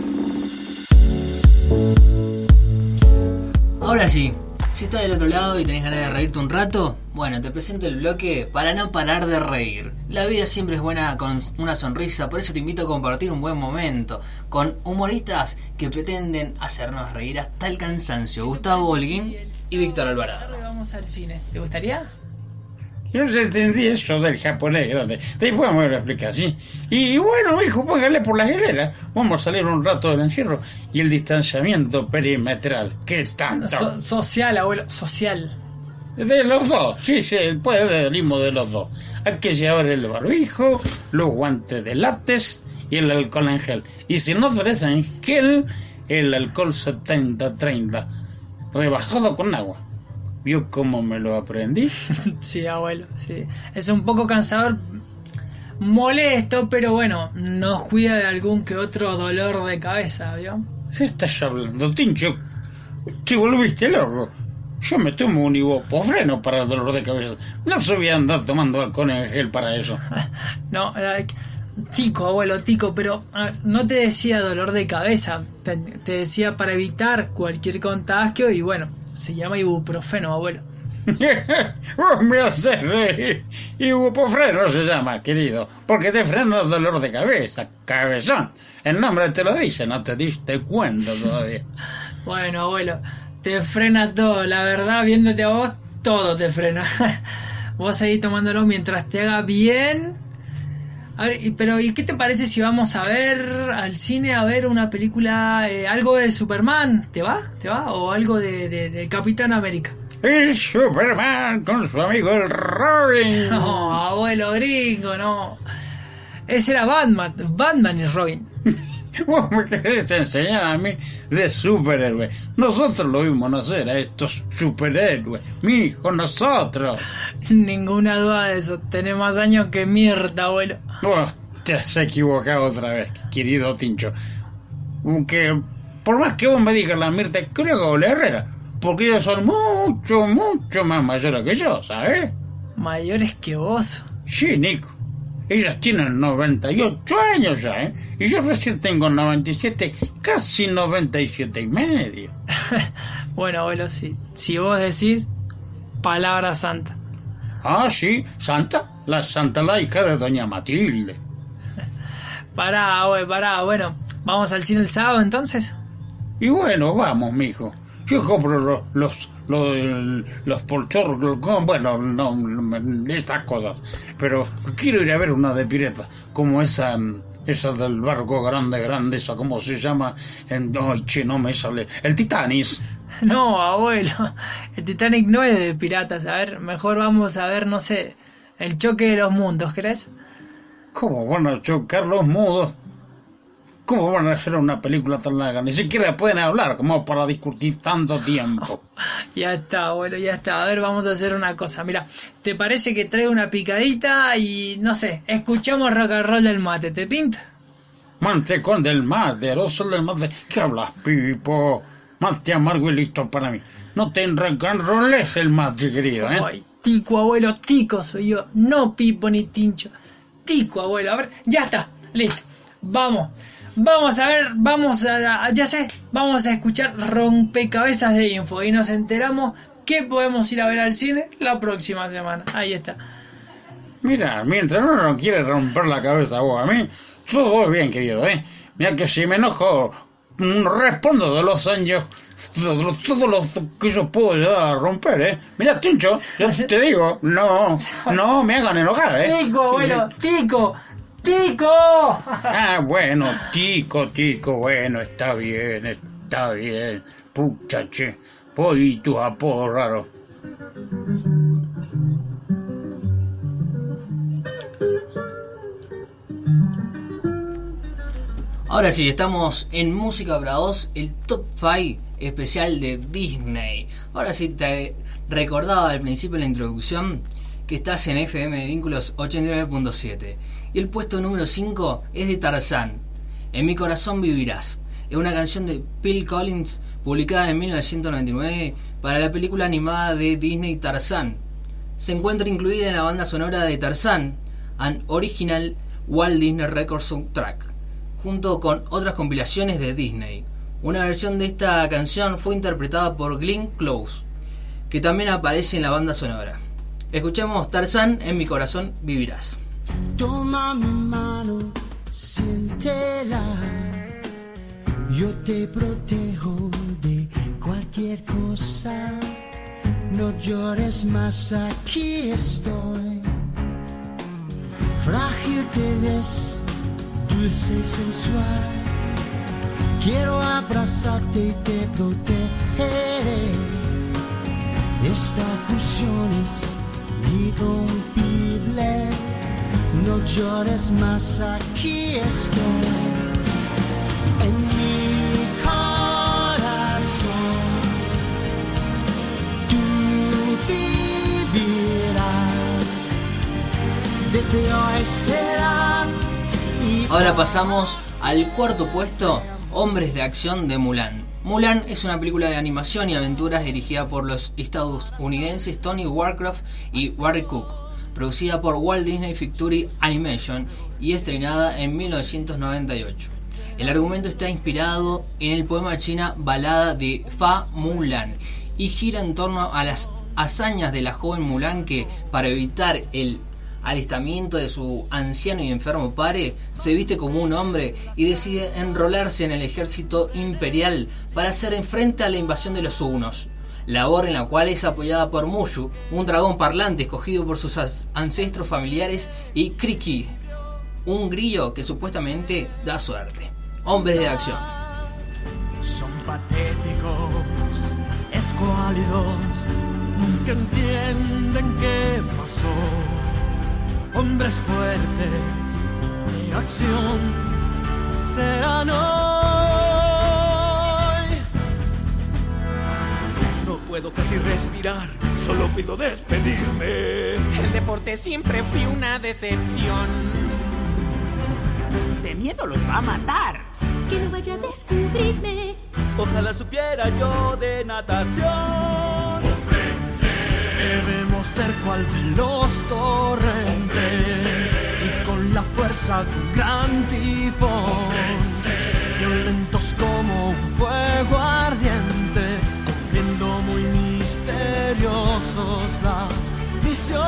Ahora sí, si estás del otro lado y tenés ganas de reírte un rato, bueno, te presento el bloque para no parar de reír. La vida siempre es buena con una sonrisa, por eso te invito a compartir un buen momento con humoristas que pretenden hacernos reír hasta el cansancio. Gustavo Holguín y Víctor Alvarado. Vamos al cine, ¿te gustaría? Yo no entendí eso del japonés grande. Después me lo explicas, ¿sí? Y bueno, hijo, póngale por las hileras. Vamos a salir un rato del encierro y el distanciamiento perimetral. ¿Qué es tanto? Social, abuelo, social. De los dos, sí, puede del limo de los dos. Hay que llevar el barbijo, los guantes de látex y el alcohol en gel. Y si no ofrecen en gel, el alcohol 70-30, rebajado con agua. ¿Vio cómo me lo aprendí? Sí, abuelo, sí. Es un poco cansador, molesto, pero bueno, nos cuida de algún que otro dolor de cabeza, ¿vio? ¿Qué estás hablando, Tincho? ¿Te volviste loco? Yo me tomo un ibuprofeno para el dolor de cabeza. No se voy a andar tomando alcohol en gel para eso. No, tico, abuelo, tico, pero no te decía dolor de cabeza. Te decía para evitar cualquier contagio y bueno, se llama ibuprofeno, abuelo. Vos me haces reír. Ibuprofeno se llama, querido, porque te frena el dolor de cabeza, cabezón. El nombre te lo dice, no te diste cuenta todavía. Bueno, abuelo, te frena todo, la verdad, viéndote a vos, todo te frena. Vos seguís tomándolo mientras te haga bien. A ver, pero ¿y qué te parece si vamos a ver al cine a ver una película, algo de Superman? ¿Te va? ¿O algo de Capitán América? El Superman con su amigo el Robin. No, abuelo gringo, no. Ese era Batman y Robin. Vos me querés enseñar a mí de superhéroes. Nosotros lo vimos nacer a estos superhéroes. Mi hijo, nosotros. Ninguna duda de eso. Tenés más años que Mirta, abuelo. Te has equivocado otra vez, querido Tincho. Aunque, por más que vos me digas la Mirta, creo que Ole Herrera. Porque ellos son mucho más mayores que yo, ¿sabes? ¿Mayores que vos? Sí, Nico. Ellas tienen 98 años ya, ¿eh? Y yo recién tengo 97, casi 97 y medio. Bueno, abuelo, si vos decís, palabra santa. Ah, sí, Santa, la hija de doña Matilde. Pará, bueno, ¿vamos al cine el sábado entonces? Y bueno, vamos, mijo. Yo compro los polchorros, bueno, no, estas cosas. Pero quiero ir a ver una de pirata, como esa del barco grande, esa, ¿cómo se llama? Ay, che, no me sale. El Titanic. No, abuelo, el Titanic no es de piratas. A ver, mejor vamos a ver, no sé, el choque de los mundos, ¿crees? ¿Cómo van a chocar los mundos? ¿Cómo van a hacer una película tan larga? Ni siquiera pueden hablar como para discutir tanto tiempo. Ya está, abuelo, ya está. A ver, vamos a hacer una cosa. Mira, ¿te parece que traigo una picadita y, no sé, escuchamos rock and roll del mate? ¿Te pinta? Mantecón del mate, aerosol del mate. ¿Qué hablas, Pipo? Mate amargo y listo para mí. No te rock and roll es el mate, querido, ¿eh? Ay, tico, abuelo, tico soy yo. No Pipo ni Tincho. Tico, abuelo. A ver, ya está, listo. Vamos a ver, vamos a escuchar rompecabezas de info y nos enteramos que podemos ir a ver al cine la próxima semana. Ahí está. Mira, mientras uno no quiere romper la cabeza vos a mí, todo bien, querido, ¿eh? Mira que si me enojo, respondo de los años, todo lo que yo puedo llegar a romper, ¿eh? Mira, Tincho, yo te digo, no me hagan enojar, ¿eh? Tico, abuelo, Tico. Ah, bueno, Tico, bueno, está bien. Pucha, che, voy tu apodo raro. Ahora sí, estamos en Música para Dos, el Top 5 especial de Disney. Ahora sí, te recordaba al principio de la introducción que estás en FM Vínculos 89.7. Y el puesto número 5 es de Tarzán, En mi corazón vivirás. Es una canción de Phil Collins publicada en 1999 para la película animada de Disney Tarzán. Se encuentra incluida en la banda sonora de Tarzán, an Original Walt Disney Records Soundtrack, junto con otras compilaciones de Disney. Una versión de esta canción fue interpretada por Glenn Close, que también aparece en la banda sonora. Escuchemos Tarzán, En mi corazón vivirás. Toma mi mano, siéntela. Yo te protejo de cualquier cosa. No llores más, aquí estoy. Frágil te ves, dulce y sensual. Quiero abrazarte y te protegeré. Esta fusión es irrompible. No llores más, aquí estoy. En mi corazón tú vivirás. Desde hoy será. Ahora pasamos al cuarto puesto, Hombres de Acción de Mulan. Mulan es una película de animación y aventuras dirigida por los estadounidenses Tony Warcraft y Barry Cook, producida por Walt Disney Pictures Animation y estrenada en 1998. El argumento está inspirado en el poema china Balada de Fa Mulan y gira en torno a las hazañas de la joven Mulan que, para evitar el alistamiento de su anciano y enfermo padre, se viste como un hombre y decide enrolarse en el ejército imperial para hacer frente a la invasión de los hunos, labor en la cual es apoyada por Mushu, un dragón parlante escogido por sus ancestros familiares, y Kriki, un grillo que supuestamente da suerte. Hombres de acción. Son patéticos, escuálidos, nunca entienden qué pasó. Hombres fuertes de acción sean hoy. No puedo casi respirar, solo pido despedirme. El deporte siempre fue una decepción. De miedo los va a matar. Que no vaya a descubrirme. Ojalá supiera yo de natación. Debemos ser cual veloz torrente y con la fuerza de un gran tifón, violentos como un fuego ardiente, corriendo muy misteriosos la misión.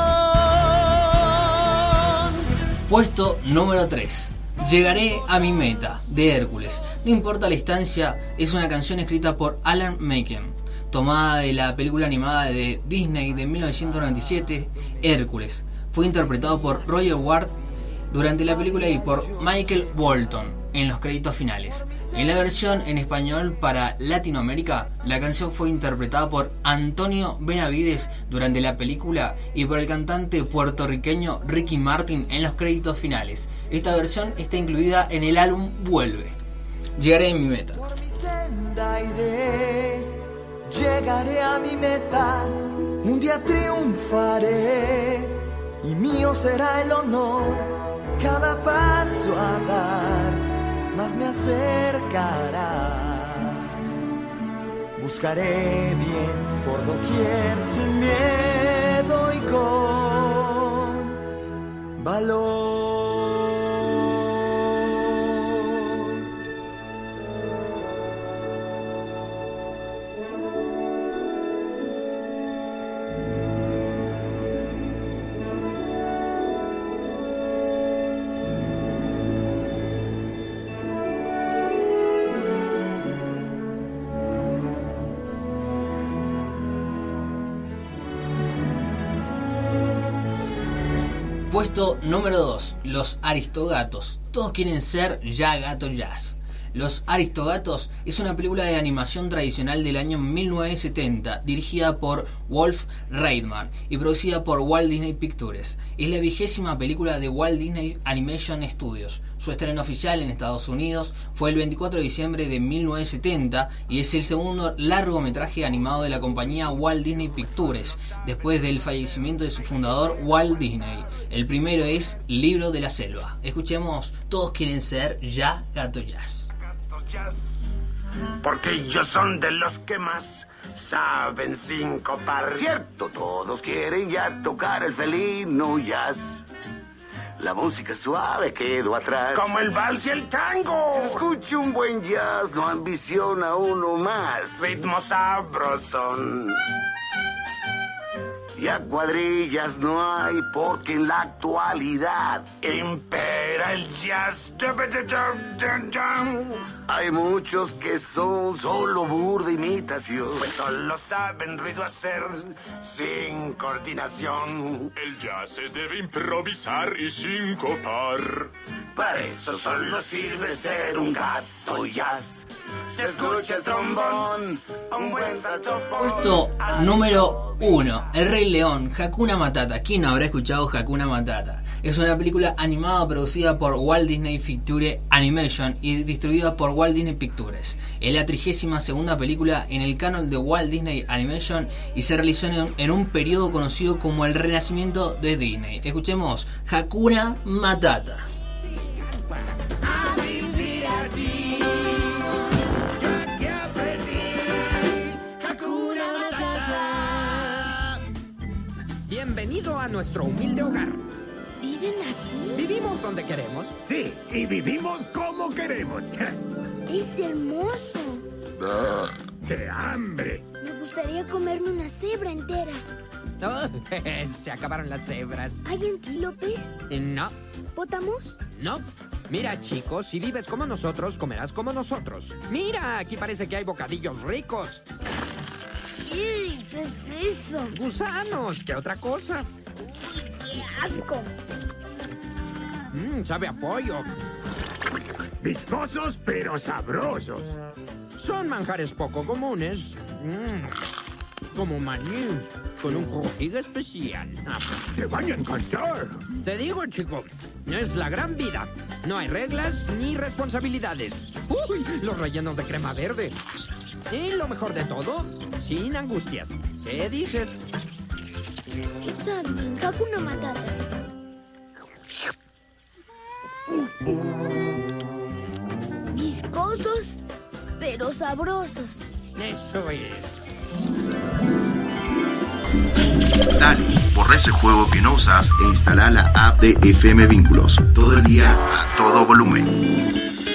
Puesto número 3. Llegaré a mi meta, de Hércules. No importa la distancia, es una canción escrita por Alan Menken, tomada de la película animada de Disney de 1997, Hércules. Fue interpretado por Roger Ward durante la película y por Michael Bolton en los créditos finales. En la versión en español para Latinoamérica, la canción fue interpretada por Antonio Benavides durante la película y por el cantante puertorriqueño Ricky Martin en los créditos finales. Esta versión está incluida en el álbum Vuelve. Llegaré a mi meta. Por mi senda iré, llegaré a mi meta, un día triunfaré y mío será el honor. Cada paso a dar más me acercará. Buscaré bien por doquier sin miedo y con valor. Puesto número 2. Los Aristogatos. Todos quieren ser ya Gato Jazz. Los Aristogatos es una película de animación tradicional del año 1970, dirigida por Wolf Reitman y producida por Walt Disney Pictures. Es la 20ª película de Walt Disney Animation Studios. Su estreno oficial en Estados Unidos fue el 24 de diciembre de 1970 y es el segundo largometraje animado de la compañía Walt Disney Pictures, después del fallecimiento de su fundador Walt Disney. El primero es Libro de la Selva. Escuchemos Todos quieren ser ya Gato Jazz. Porque ellos son de los que más saben sincopar. Cierto, todos quieren ya tocar el felino jazz. La música suave quedó atrás. Como el vals y el tango. Si escucha un buen jazz, no ambiciona uno más. Ritmo sabrosón. Ya cuadrillas no hay porque en la actualidad impera el jazz. Hay muchos que son solo burda imitación. Pues solo saben ruido hacer sin coordinación. El jazz se debe improvisar y sincopar. Para eso solo sirve ser un gato jazz. Se escucha el trombón, un buen saxofón. Puesto número 1. El Rey León, Hakuna Matata. ¿Quién no habrá escuchado Hakuna Matata? Es una película animada producida por Walt Disney Feature Animation y distribuida por Walt Disney Pictures. Es la 32ª película en el canon de Walt Disney Animation y se realizó en un periodo conocido como el Renacimiento de Disney. Escuchemos Hakuna Matata. Bienvenido a nuestro humilde hogar. ¿Viven aquí? ¿Vivimos donde queremos? Sí, y vivimos como queremos. Es hermoso. ¡Qué hambre! Me gustaría comerme una cebra entera. Oh, se acabaron las cebras. ¿Hay antílopes? No. ¿Pótamos? No. Mira, chicos, si vives como nosotros, comerás como nosotros. Mira, aquí parece que hay bocadillos ricos. ¡Uy! ¿Qué es eso? Gusanos, ¿qué otra cosa? ¡Uy, qué asco! Sabe a pollo. Viscosos pero sabrosos. Son manjares poco comunes. Como maní, con un crujido especial. Te van a encantar. Te digo, chico, es la gran vida. No hay reglas ni responsabilidades. ¡Uy! Los rellenos de crema verde. Y lo mejor de todo, sin angustias. ¿Qué dices? Está bien, Hakuna Matata. Viscosos, pero sabrosos. Eso es. Dale, borra ese juego que no usas e instala la app de FM Vínculos. Todo el día, a todo volumen.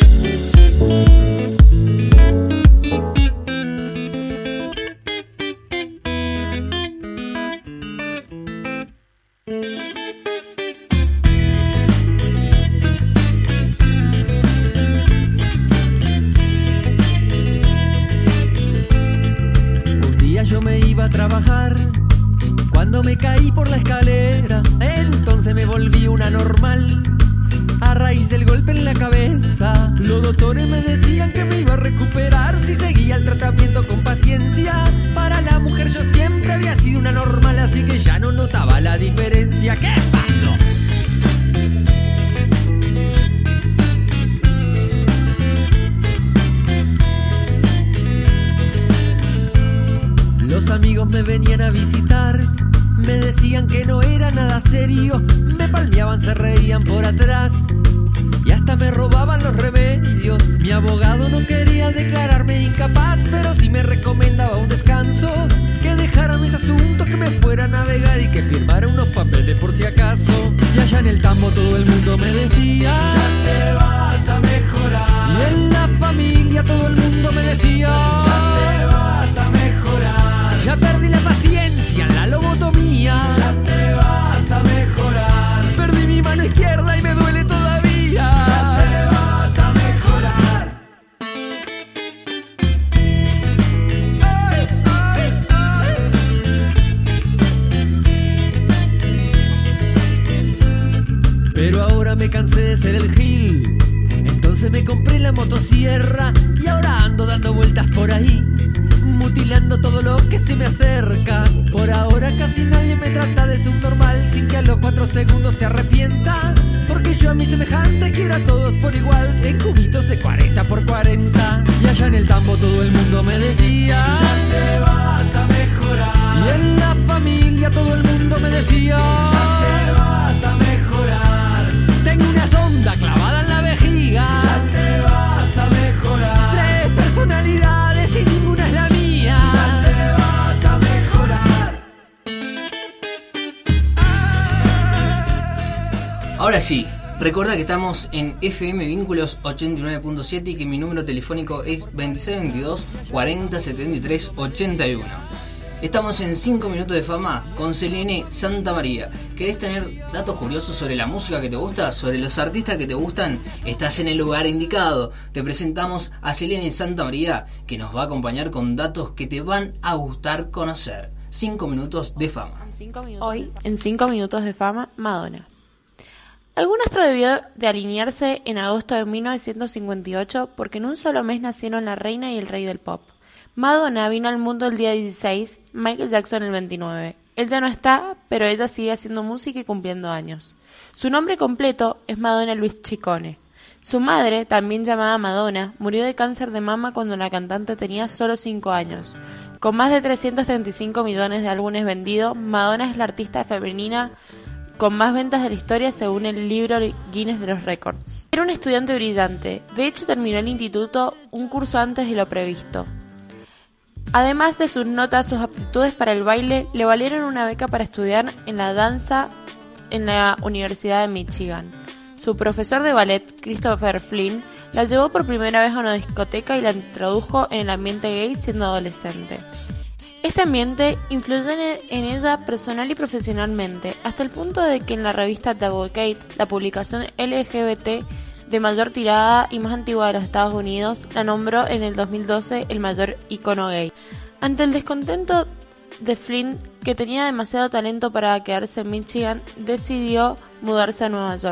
Un día yo me iba a trabajar. Cuando me caí por la escalera, entonces me volví una normal. A raíz del golpe en la cabeza, los doctores me decían que me iba a recuperar si seguía el tratamiento con paciencia. Para la mujer yo siempre había sido una normal, así que ya no notaba la diferencia. ¿Qué pasó? Los amigos me venían a visitar, me decían que no era nada serio, me palmeaban, se reían por atrás y hasta me robaban los remedios. Mi abogado no quería declararme incapaz, pero sí me recomendaba un descanso, que dejara mis asuntos, que me fuera a navegar y que firmara unos papeles por si acaso. Y allá en el tambo todo el mundo me decía: ya te vas a mejorar. Y en la familia todo el mundo me decía: ya te vas a mejorar. Ya perdí la paciencia en la lobotomía. Ya te vas a mejorar. Perdí mi mano izquierda y me duele todavía. Ya te vas a mejorar. Ay, ay, ay. Pero ahora me cansé de ser el gil. Entonces me compré la motosierra y ahora ando dando vueltas por ahí, mutilando todo lo que se me acerca. Por ahora casi nadie me trata de subnormal sin que a los 4 segundos se arrepienta, porque yo a mis semejantes quiero a todos por igual, en cubitos de 40 por 40. Y allá en el tambo todo el mundo me decía: ya te vas a mejorar. Y en la familia todo el mundo me decía: ya te vas a mejorar. Tengo una sonda clavada en la vejiga. Ya te vas a mejorar. 3 personalidades y ninguna es la mía. Ya te vas a mejorar. Ahora sí, recuerda que estamos en FM Vínculos 89.7 y que mi número telefónico es 2622 40 73 81. Estamos en 5 minutos de fama con Selene Santamaría. ¿Querés tener datos curiosos sobre la música que te gusta? ¿Sobre los artistas que te gustan? Estás en el lugar indicado. Te presentamos a Selene Santamaría, que nos va a acompañar con datos que te van a gustar conocer. 5 minutos de fama. Hoy, en 5 minutos de fama, Madonna. Algún astro debió de alinearse en agosto de 1958 porque en un solo mes nacieron la reina y el rey del pop. Madonna vino al mundo el día 16, Michael Jackson el 29. Él ya no está, pero ella sigue haciendo música y cumpliendo años. Su nombre completo es Madonna Louise Ciccone. Su madre, también llamada Madonna, murió de cáncer de mama cuando la cantante tenía solo 5 años. Con más de 335 millones de álbumes vendidos, Madonna es la artista femenina con más ventas de la historia según el libro Guinness de los Récords. Era un estudiante brillante, de hecho terminó el instituto un curso antes de lo previsto. Además de sus notas, sus aptitudes para el baile le valieron una beca para estudiar en la danza en la Universidad de Michigan. Su profesor de ballet, Christopher Flynn, la llevó por primera vez a una discoteca y la introdujo en el ambiente gay siendo adolescente. Este ambiente influyó en ella personal y profesionalmente, hasta el punto de que en la revista The Advocate, la publicación LGBT de mayor tirada y más antigua de los Estados Unidos, la nombró en el 2012 el mayor icono gay. Ante el descontento de Flynn, que tenía demasiado talento para quedarse en Michigan, decidió mudarse a Nueva York.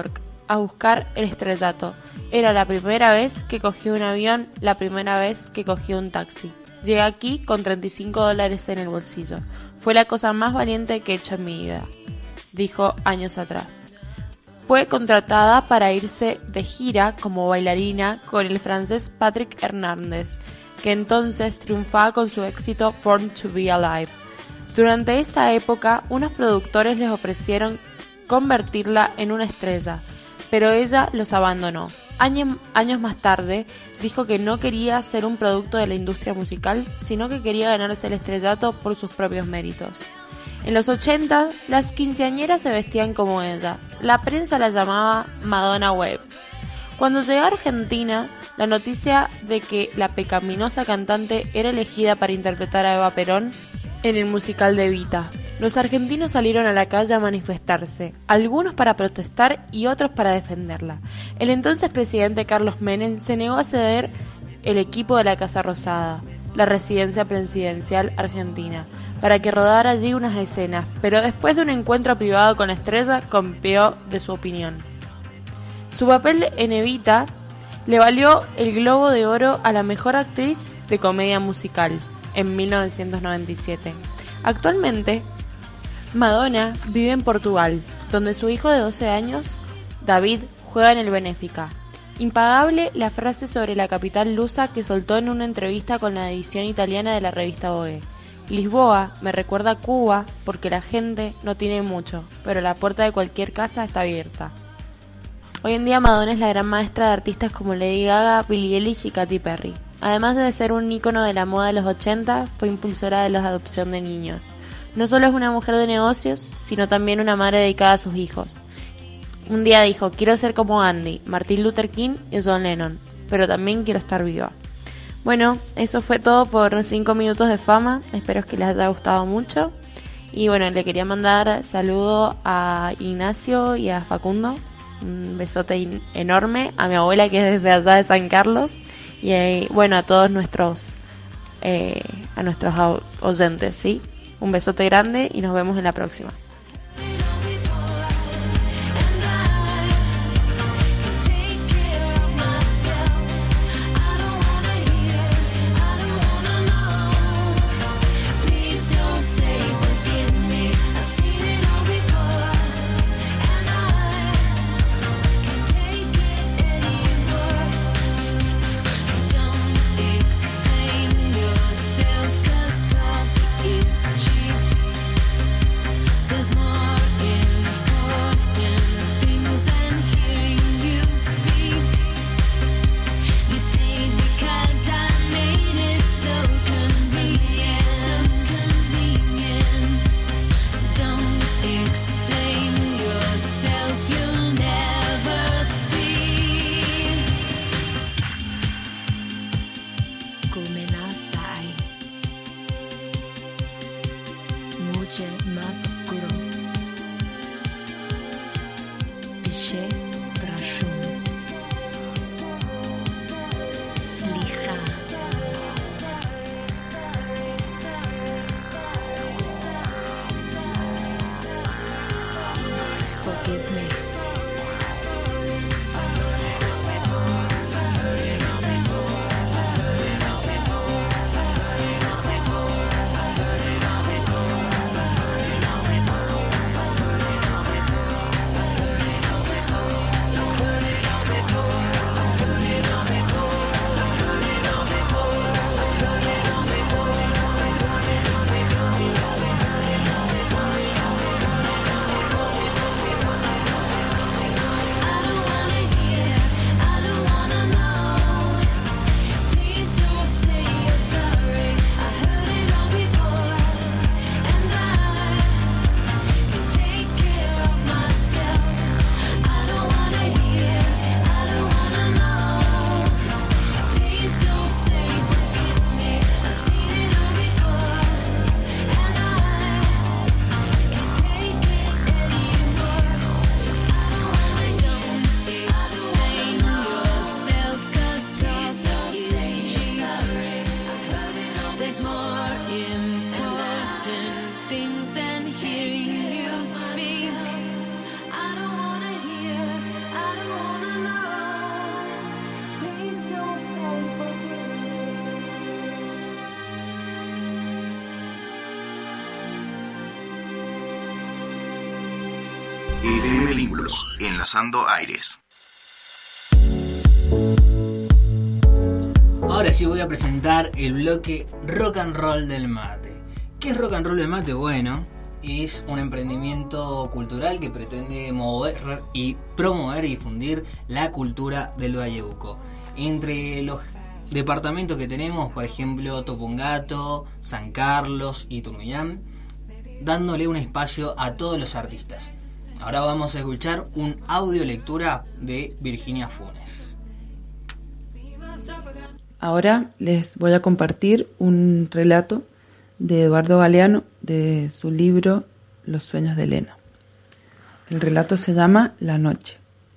a buscar el estrellato. Era la primera vez que cogí un avión, la primera vez que cogí un taxi. Llegué aquí con $35 en el bolsillo. Fue la cosa más valiente que he hecho en mi vida, dijo años atrás. Fue contratada para irse de gira como bailarina con el francés Patrick Hernandez, que entonces triunfaba con su éxito Born to Be Alive. Durante esta época, unos productores les ofrecieron convertirla en una estrella, pero ella los abandonó. Años más tarde, dijo que no quería ser un producto de la industria musical, sino que quería ganarse el estrellato por sus propios méritos. En los 80, las quinceañeras se vestían como ella. La prensa la llamaba Madonna Waves. Cuando llegó a Argentina, la noticia de que la pecaminosa cantante era elegida para interpretar a Eva Perón en el musical de Evita, los argentinos salieron a la calle a manifestarse, algunos para protestar y otros para defenderla. El entonces presidente Carlos Menem se negó a ceder el equipo de la Casa Rosada, la residencia presidencial argentina, para que rodara allí unas escenas, pero después de un encuentro privado con la estrella, confió de su opinión. Su papel en Evita le valió el Globo de Oro a la mejor actriz de comedia musical en 1997. Actualmente, Madonna vive en Portugal, donde su hijo de 12 años, David, juega en el Benfica. Impagable la frase sobre la capital lusa que soltó en una entrevista con la edición italiana de la revista Vogue. Lisboa me recuerda a Cuba porque la gente no tiene mucho, pero la puerta de cualquier casa está abierta. Hoy en día Madonna es la gran maestra de artistas como Lady Gaga, Billie Eilish y Katy Perry. Además de ser un ícono de la moda de los 80, fue impulsora de la adopción de niños. No solo es una mujer de negocios, sino también una madre dedicada a sus hijos. Un día dijo, quiero ser como Gandhi, Martin Luther King y John Lennon, pero también quiero estar viva. Bueno, eso fue todo por 5 minutos de fama, espero que les haya gustado mucho. Y bueno, le quería mandar saludo a Ignacio y a Facundo, un besote enorme, a mi abuela que es desde allá de San Carlos, y bueno, a todos nuestros oyentes, ¿sí? Un besote grande y nos vemos en la próxima. Hearing you speak, I don't wanna hear FM Vínculos, enlazando aires. Ahora sí voy a presentar el bloque Rock and Roll del Mate. ¿Qué es Rock and Roll del Mate? Bueno, es un emprendimiento cultural que pretende mover y promover y difundir la cultura del Valle Uco. Entre los departamentos que tenemos, por ejemplo, Topungato, San Carlos y Tunuyán, dándole un espacio a todos los artistas. Ahora vamos a escuchar un audio lectura de Virginia Funes. Ahora les voy a compartir un relato de Eduardo Galeano de su libro Los sueños de Elena. El relato se llama La noche.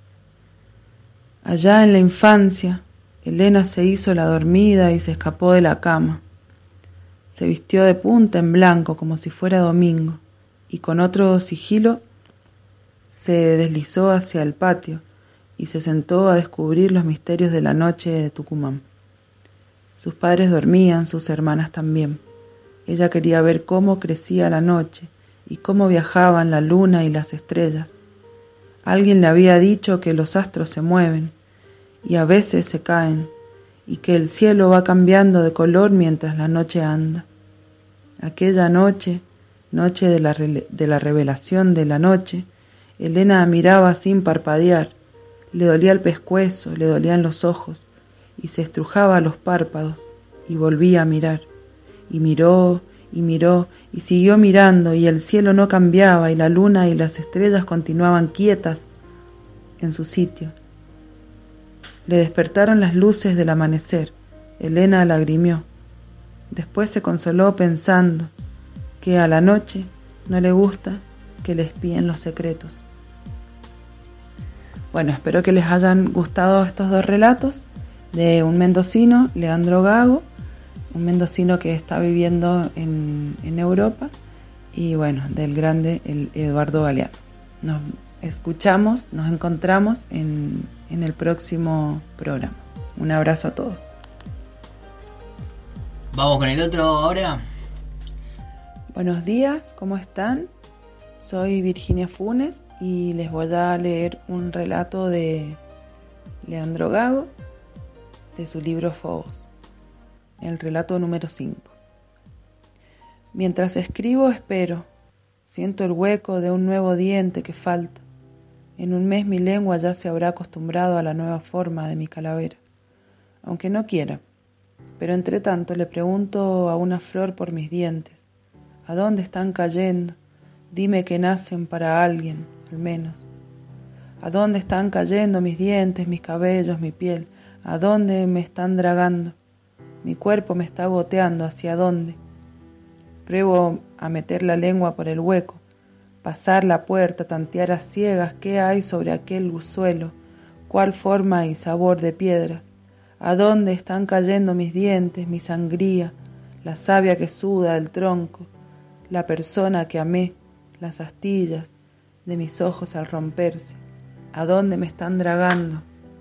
Allá en la infancia, Elena se hizo la dormida y se escapó de la cama. Se vistió de punta en blanco como si fuera domingo y con otro sigilo se deslizó hacia el patio y se sentó a descubrir los misterios de la noche de Tucumán. Sus padres dormían, sus hermanas también. Ella quería ver cómo crecía la noche y cómo viajaban la luna y las estrellas. Alguien le había dicho que los astros se mueven y a veces se caen, y que el cielo va cambiando de color mientras la noche anda. Aquella noche, noche de la revelación de la noche, Elena miraba sin parpadear, le dolía el pescuezo, le dolían los ojos, y se estrujaba los párpados, y volvía a mirar, y miró, y siguió mirando, y el cielo no cambiaba, y la luna y las estrellas continuaban quietas en su sitio. Le despertaron las luces del amanecer. Elena lagrimió. Después se consoló pensando que a la noche no le gusta que le espíen los secretos. Bueno, espero que les hayan gustado estos dos relatos de un mendocino, Leandro Gago, un mendocino que está viviendo en Europa, y bueno, del grande el Eduardo Galeano. Nos escuchamos, nos encontramos en el próximo programa. Un abrazo a todos. Vamos con el otro ahora. Buenos días, ¿cómo están? Soy Virginia Funes y les voy a leer un relato de Leandro Gago de su libro Fogos. El relato número 5. Mientras escribo espero, siento el hueco de un nuevo diente que falta. En un mes mi lengua ya se habrá acostumbrado a la nueva forma de mi calavera, aunque no quiera. Pero entre tanto le pregunto a una flor por mis dientes. ¿A dónde están cayendo? Dime que nacen para alguien, al menos. ¿A dónde están cayendo mis dientes, mis cabellos, mi piel? ¿A dónde me están dragando? Mi cuerpo me está goteando, ¿hacia dónde? Pruebo a meter la lengua por el hueco, pasar la puerta, tantear a ciegas qué hay sobre aquel suelo, cuál forma y sabor de piedras. ¿A dónde están cayendo mis dientes, mi sangría, la savia que suda del tronco, la persona que amé, las astillas de mis ojos al romperse? ¿A dónde me están dragando?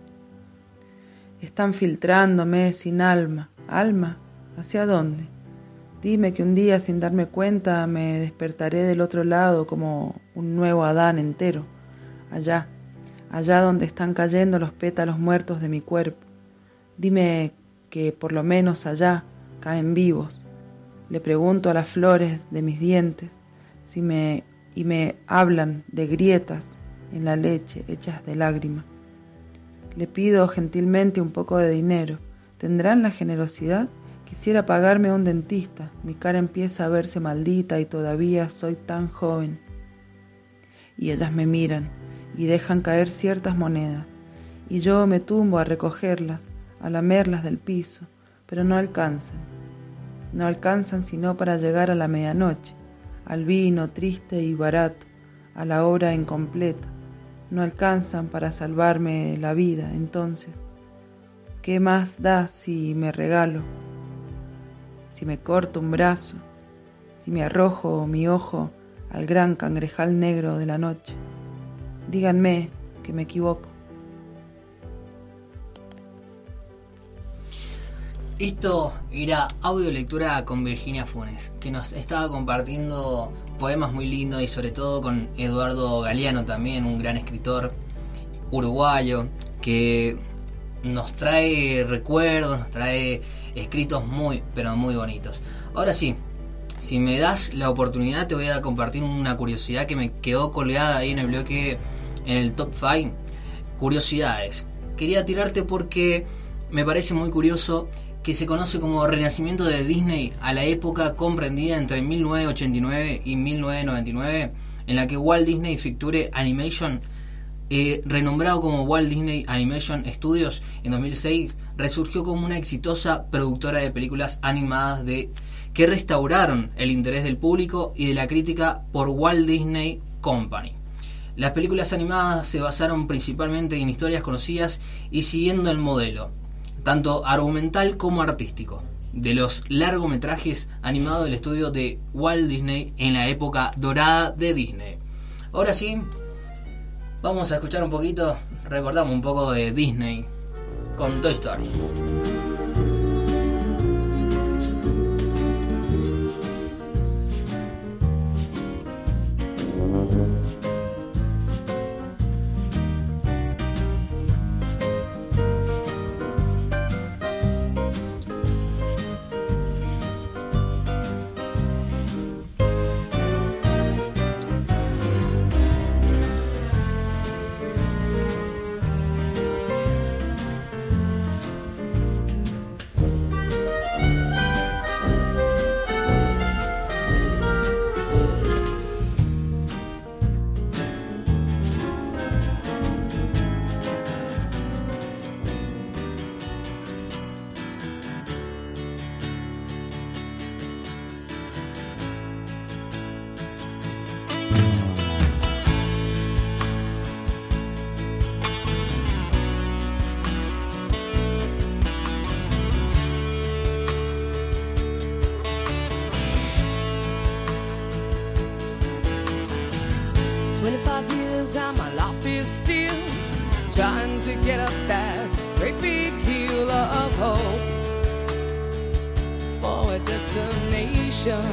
Están filtrándome sin alma. ¿Alma? ¿Hacia dónde? Dime que un día, sin darme cuenta, me despertaré del otro lado como un nuevo Adán entero. Allá donde están cayendo los pétalos muertos de mi cuerpo. Dime que por lo menos allá caen vivos. Le pregunto a las flores de mis dientes y me hablan de grietas en la leche hechas de lágrima. Le pido gentilmente un poco de dinero. ¿Tendrán la generosidad? Quisiera pagarme a un dentista. Mi cara empieza a verse maldita y todavía soy tan joven. Y ellas me miran y dejan caer ciertas monedas. Y yo me tumbo a recogerlas, a lamerlas del piso, pero no alcanzan. No alcanzan sino para llegar a la medianoche, al vino triste y barato, a la obra incompleta. No alcanzan para salvarme la vida, entonces. ¿Qué más da si me regalo? Si me corto un brazo, si me arrojo mi ojo al gran cangrejal negro de la noche. Díganme que me equivoco. Esto era audiolectura con Virginia Funes, que nos estaba compartiendo poemas muy lindos y sobre todo con Eduardo Galeano también, un gran escritor uruguayo que nos trae recuerdos, nos trae escritos muy, pero muy bonitos. Ahora sí, si me das la oportunidad te voy a compartir una curiosidad que me quedó colgada ahí en el bloque, en el top 5. Curiosidades. Quería tirarte porque me parece muy curioso que se conoce como renacimiento de Disney a la época comprendida entre 1989 y 1999, en la que Walt Disney Pictures Animation, renombrado como Walt Disney Animation Studios en 2006, resurgió como una exitosa productora de películas animadas que restauraron el interés del público y de la crítica por Walt Disney Company. Las películas animadas se basaron principalmente en historias conocidas y siguiendo el modelo, tanto argumental como artístico, de los largometrajes animados del estudio de Walt Disney en la época dorada de Disney. Ahora sí, vamos a escuchar un poquito, recordamos un poco de Disney con Toy Story. Trying to get up that great big hill of hope for a destination.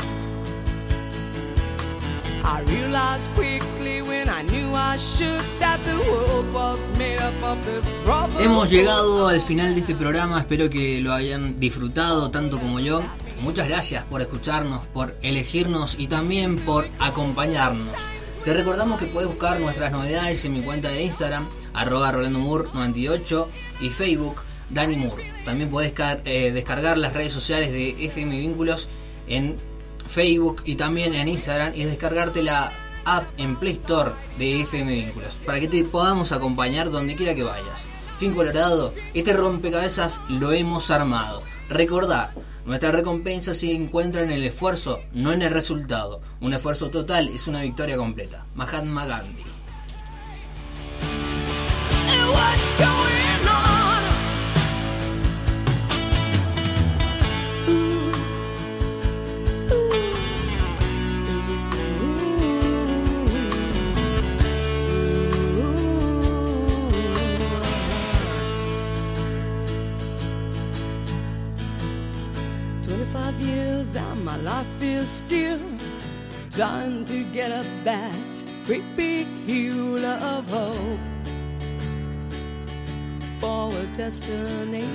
I realized quickly when I knew I should that the world was made up of this brother. Hemos llegado al final de este programa, espero que lo hayan disfrutado tanto como yo. Muchas gracias por escucharnos, por elegirnos y también por acompañarnos. Te recordamos que puedes buscar nuestras novedades en mi cuenta de Instagram, @RolandoMoore98 y Facebook, Dani Moore. También podés descargar las redes sociales de FM Vínculos en Facebook y también en Instagram y descargarte la app en Play Store de FM Vínculos para que te podamos acompañar donde quiera que vayas. Fin Colorado, este rompecabezas lo hemos armado. Recordá, nuestra recompensa se encuentra en el esfuerzo, no en el resultado. Un esfuerzo total es una victoria completa. Mahatma Gandhi. My life is still trying to get up that great big hill of hope for a destination.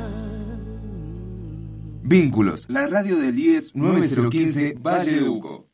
Vínculos, la radio del 10-9015 Valle de Uco.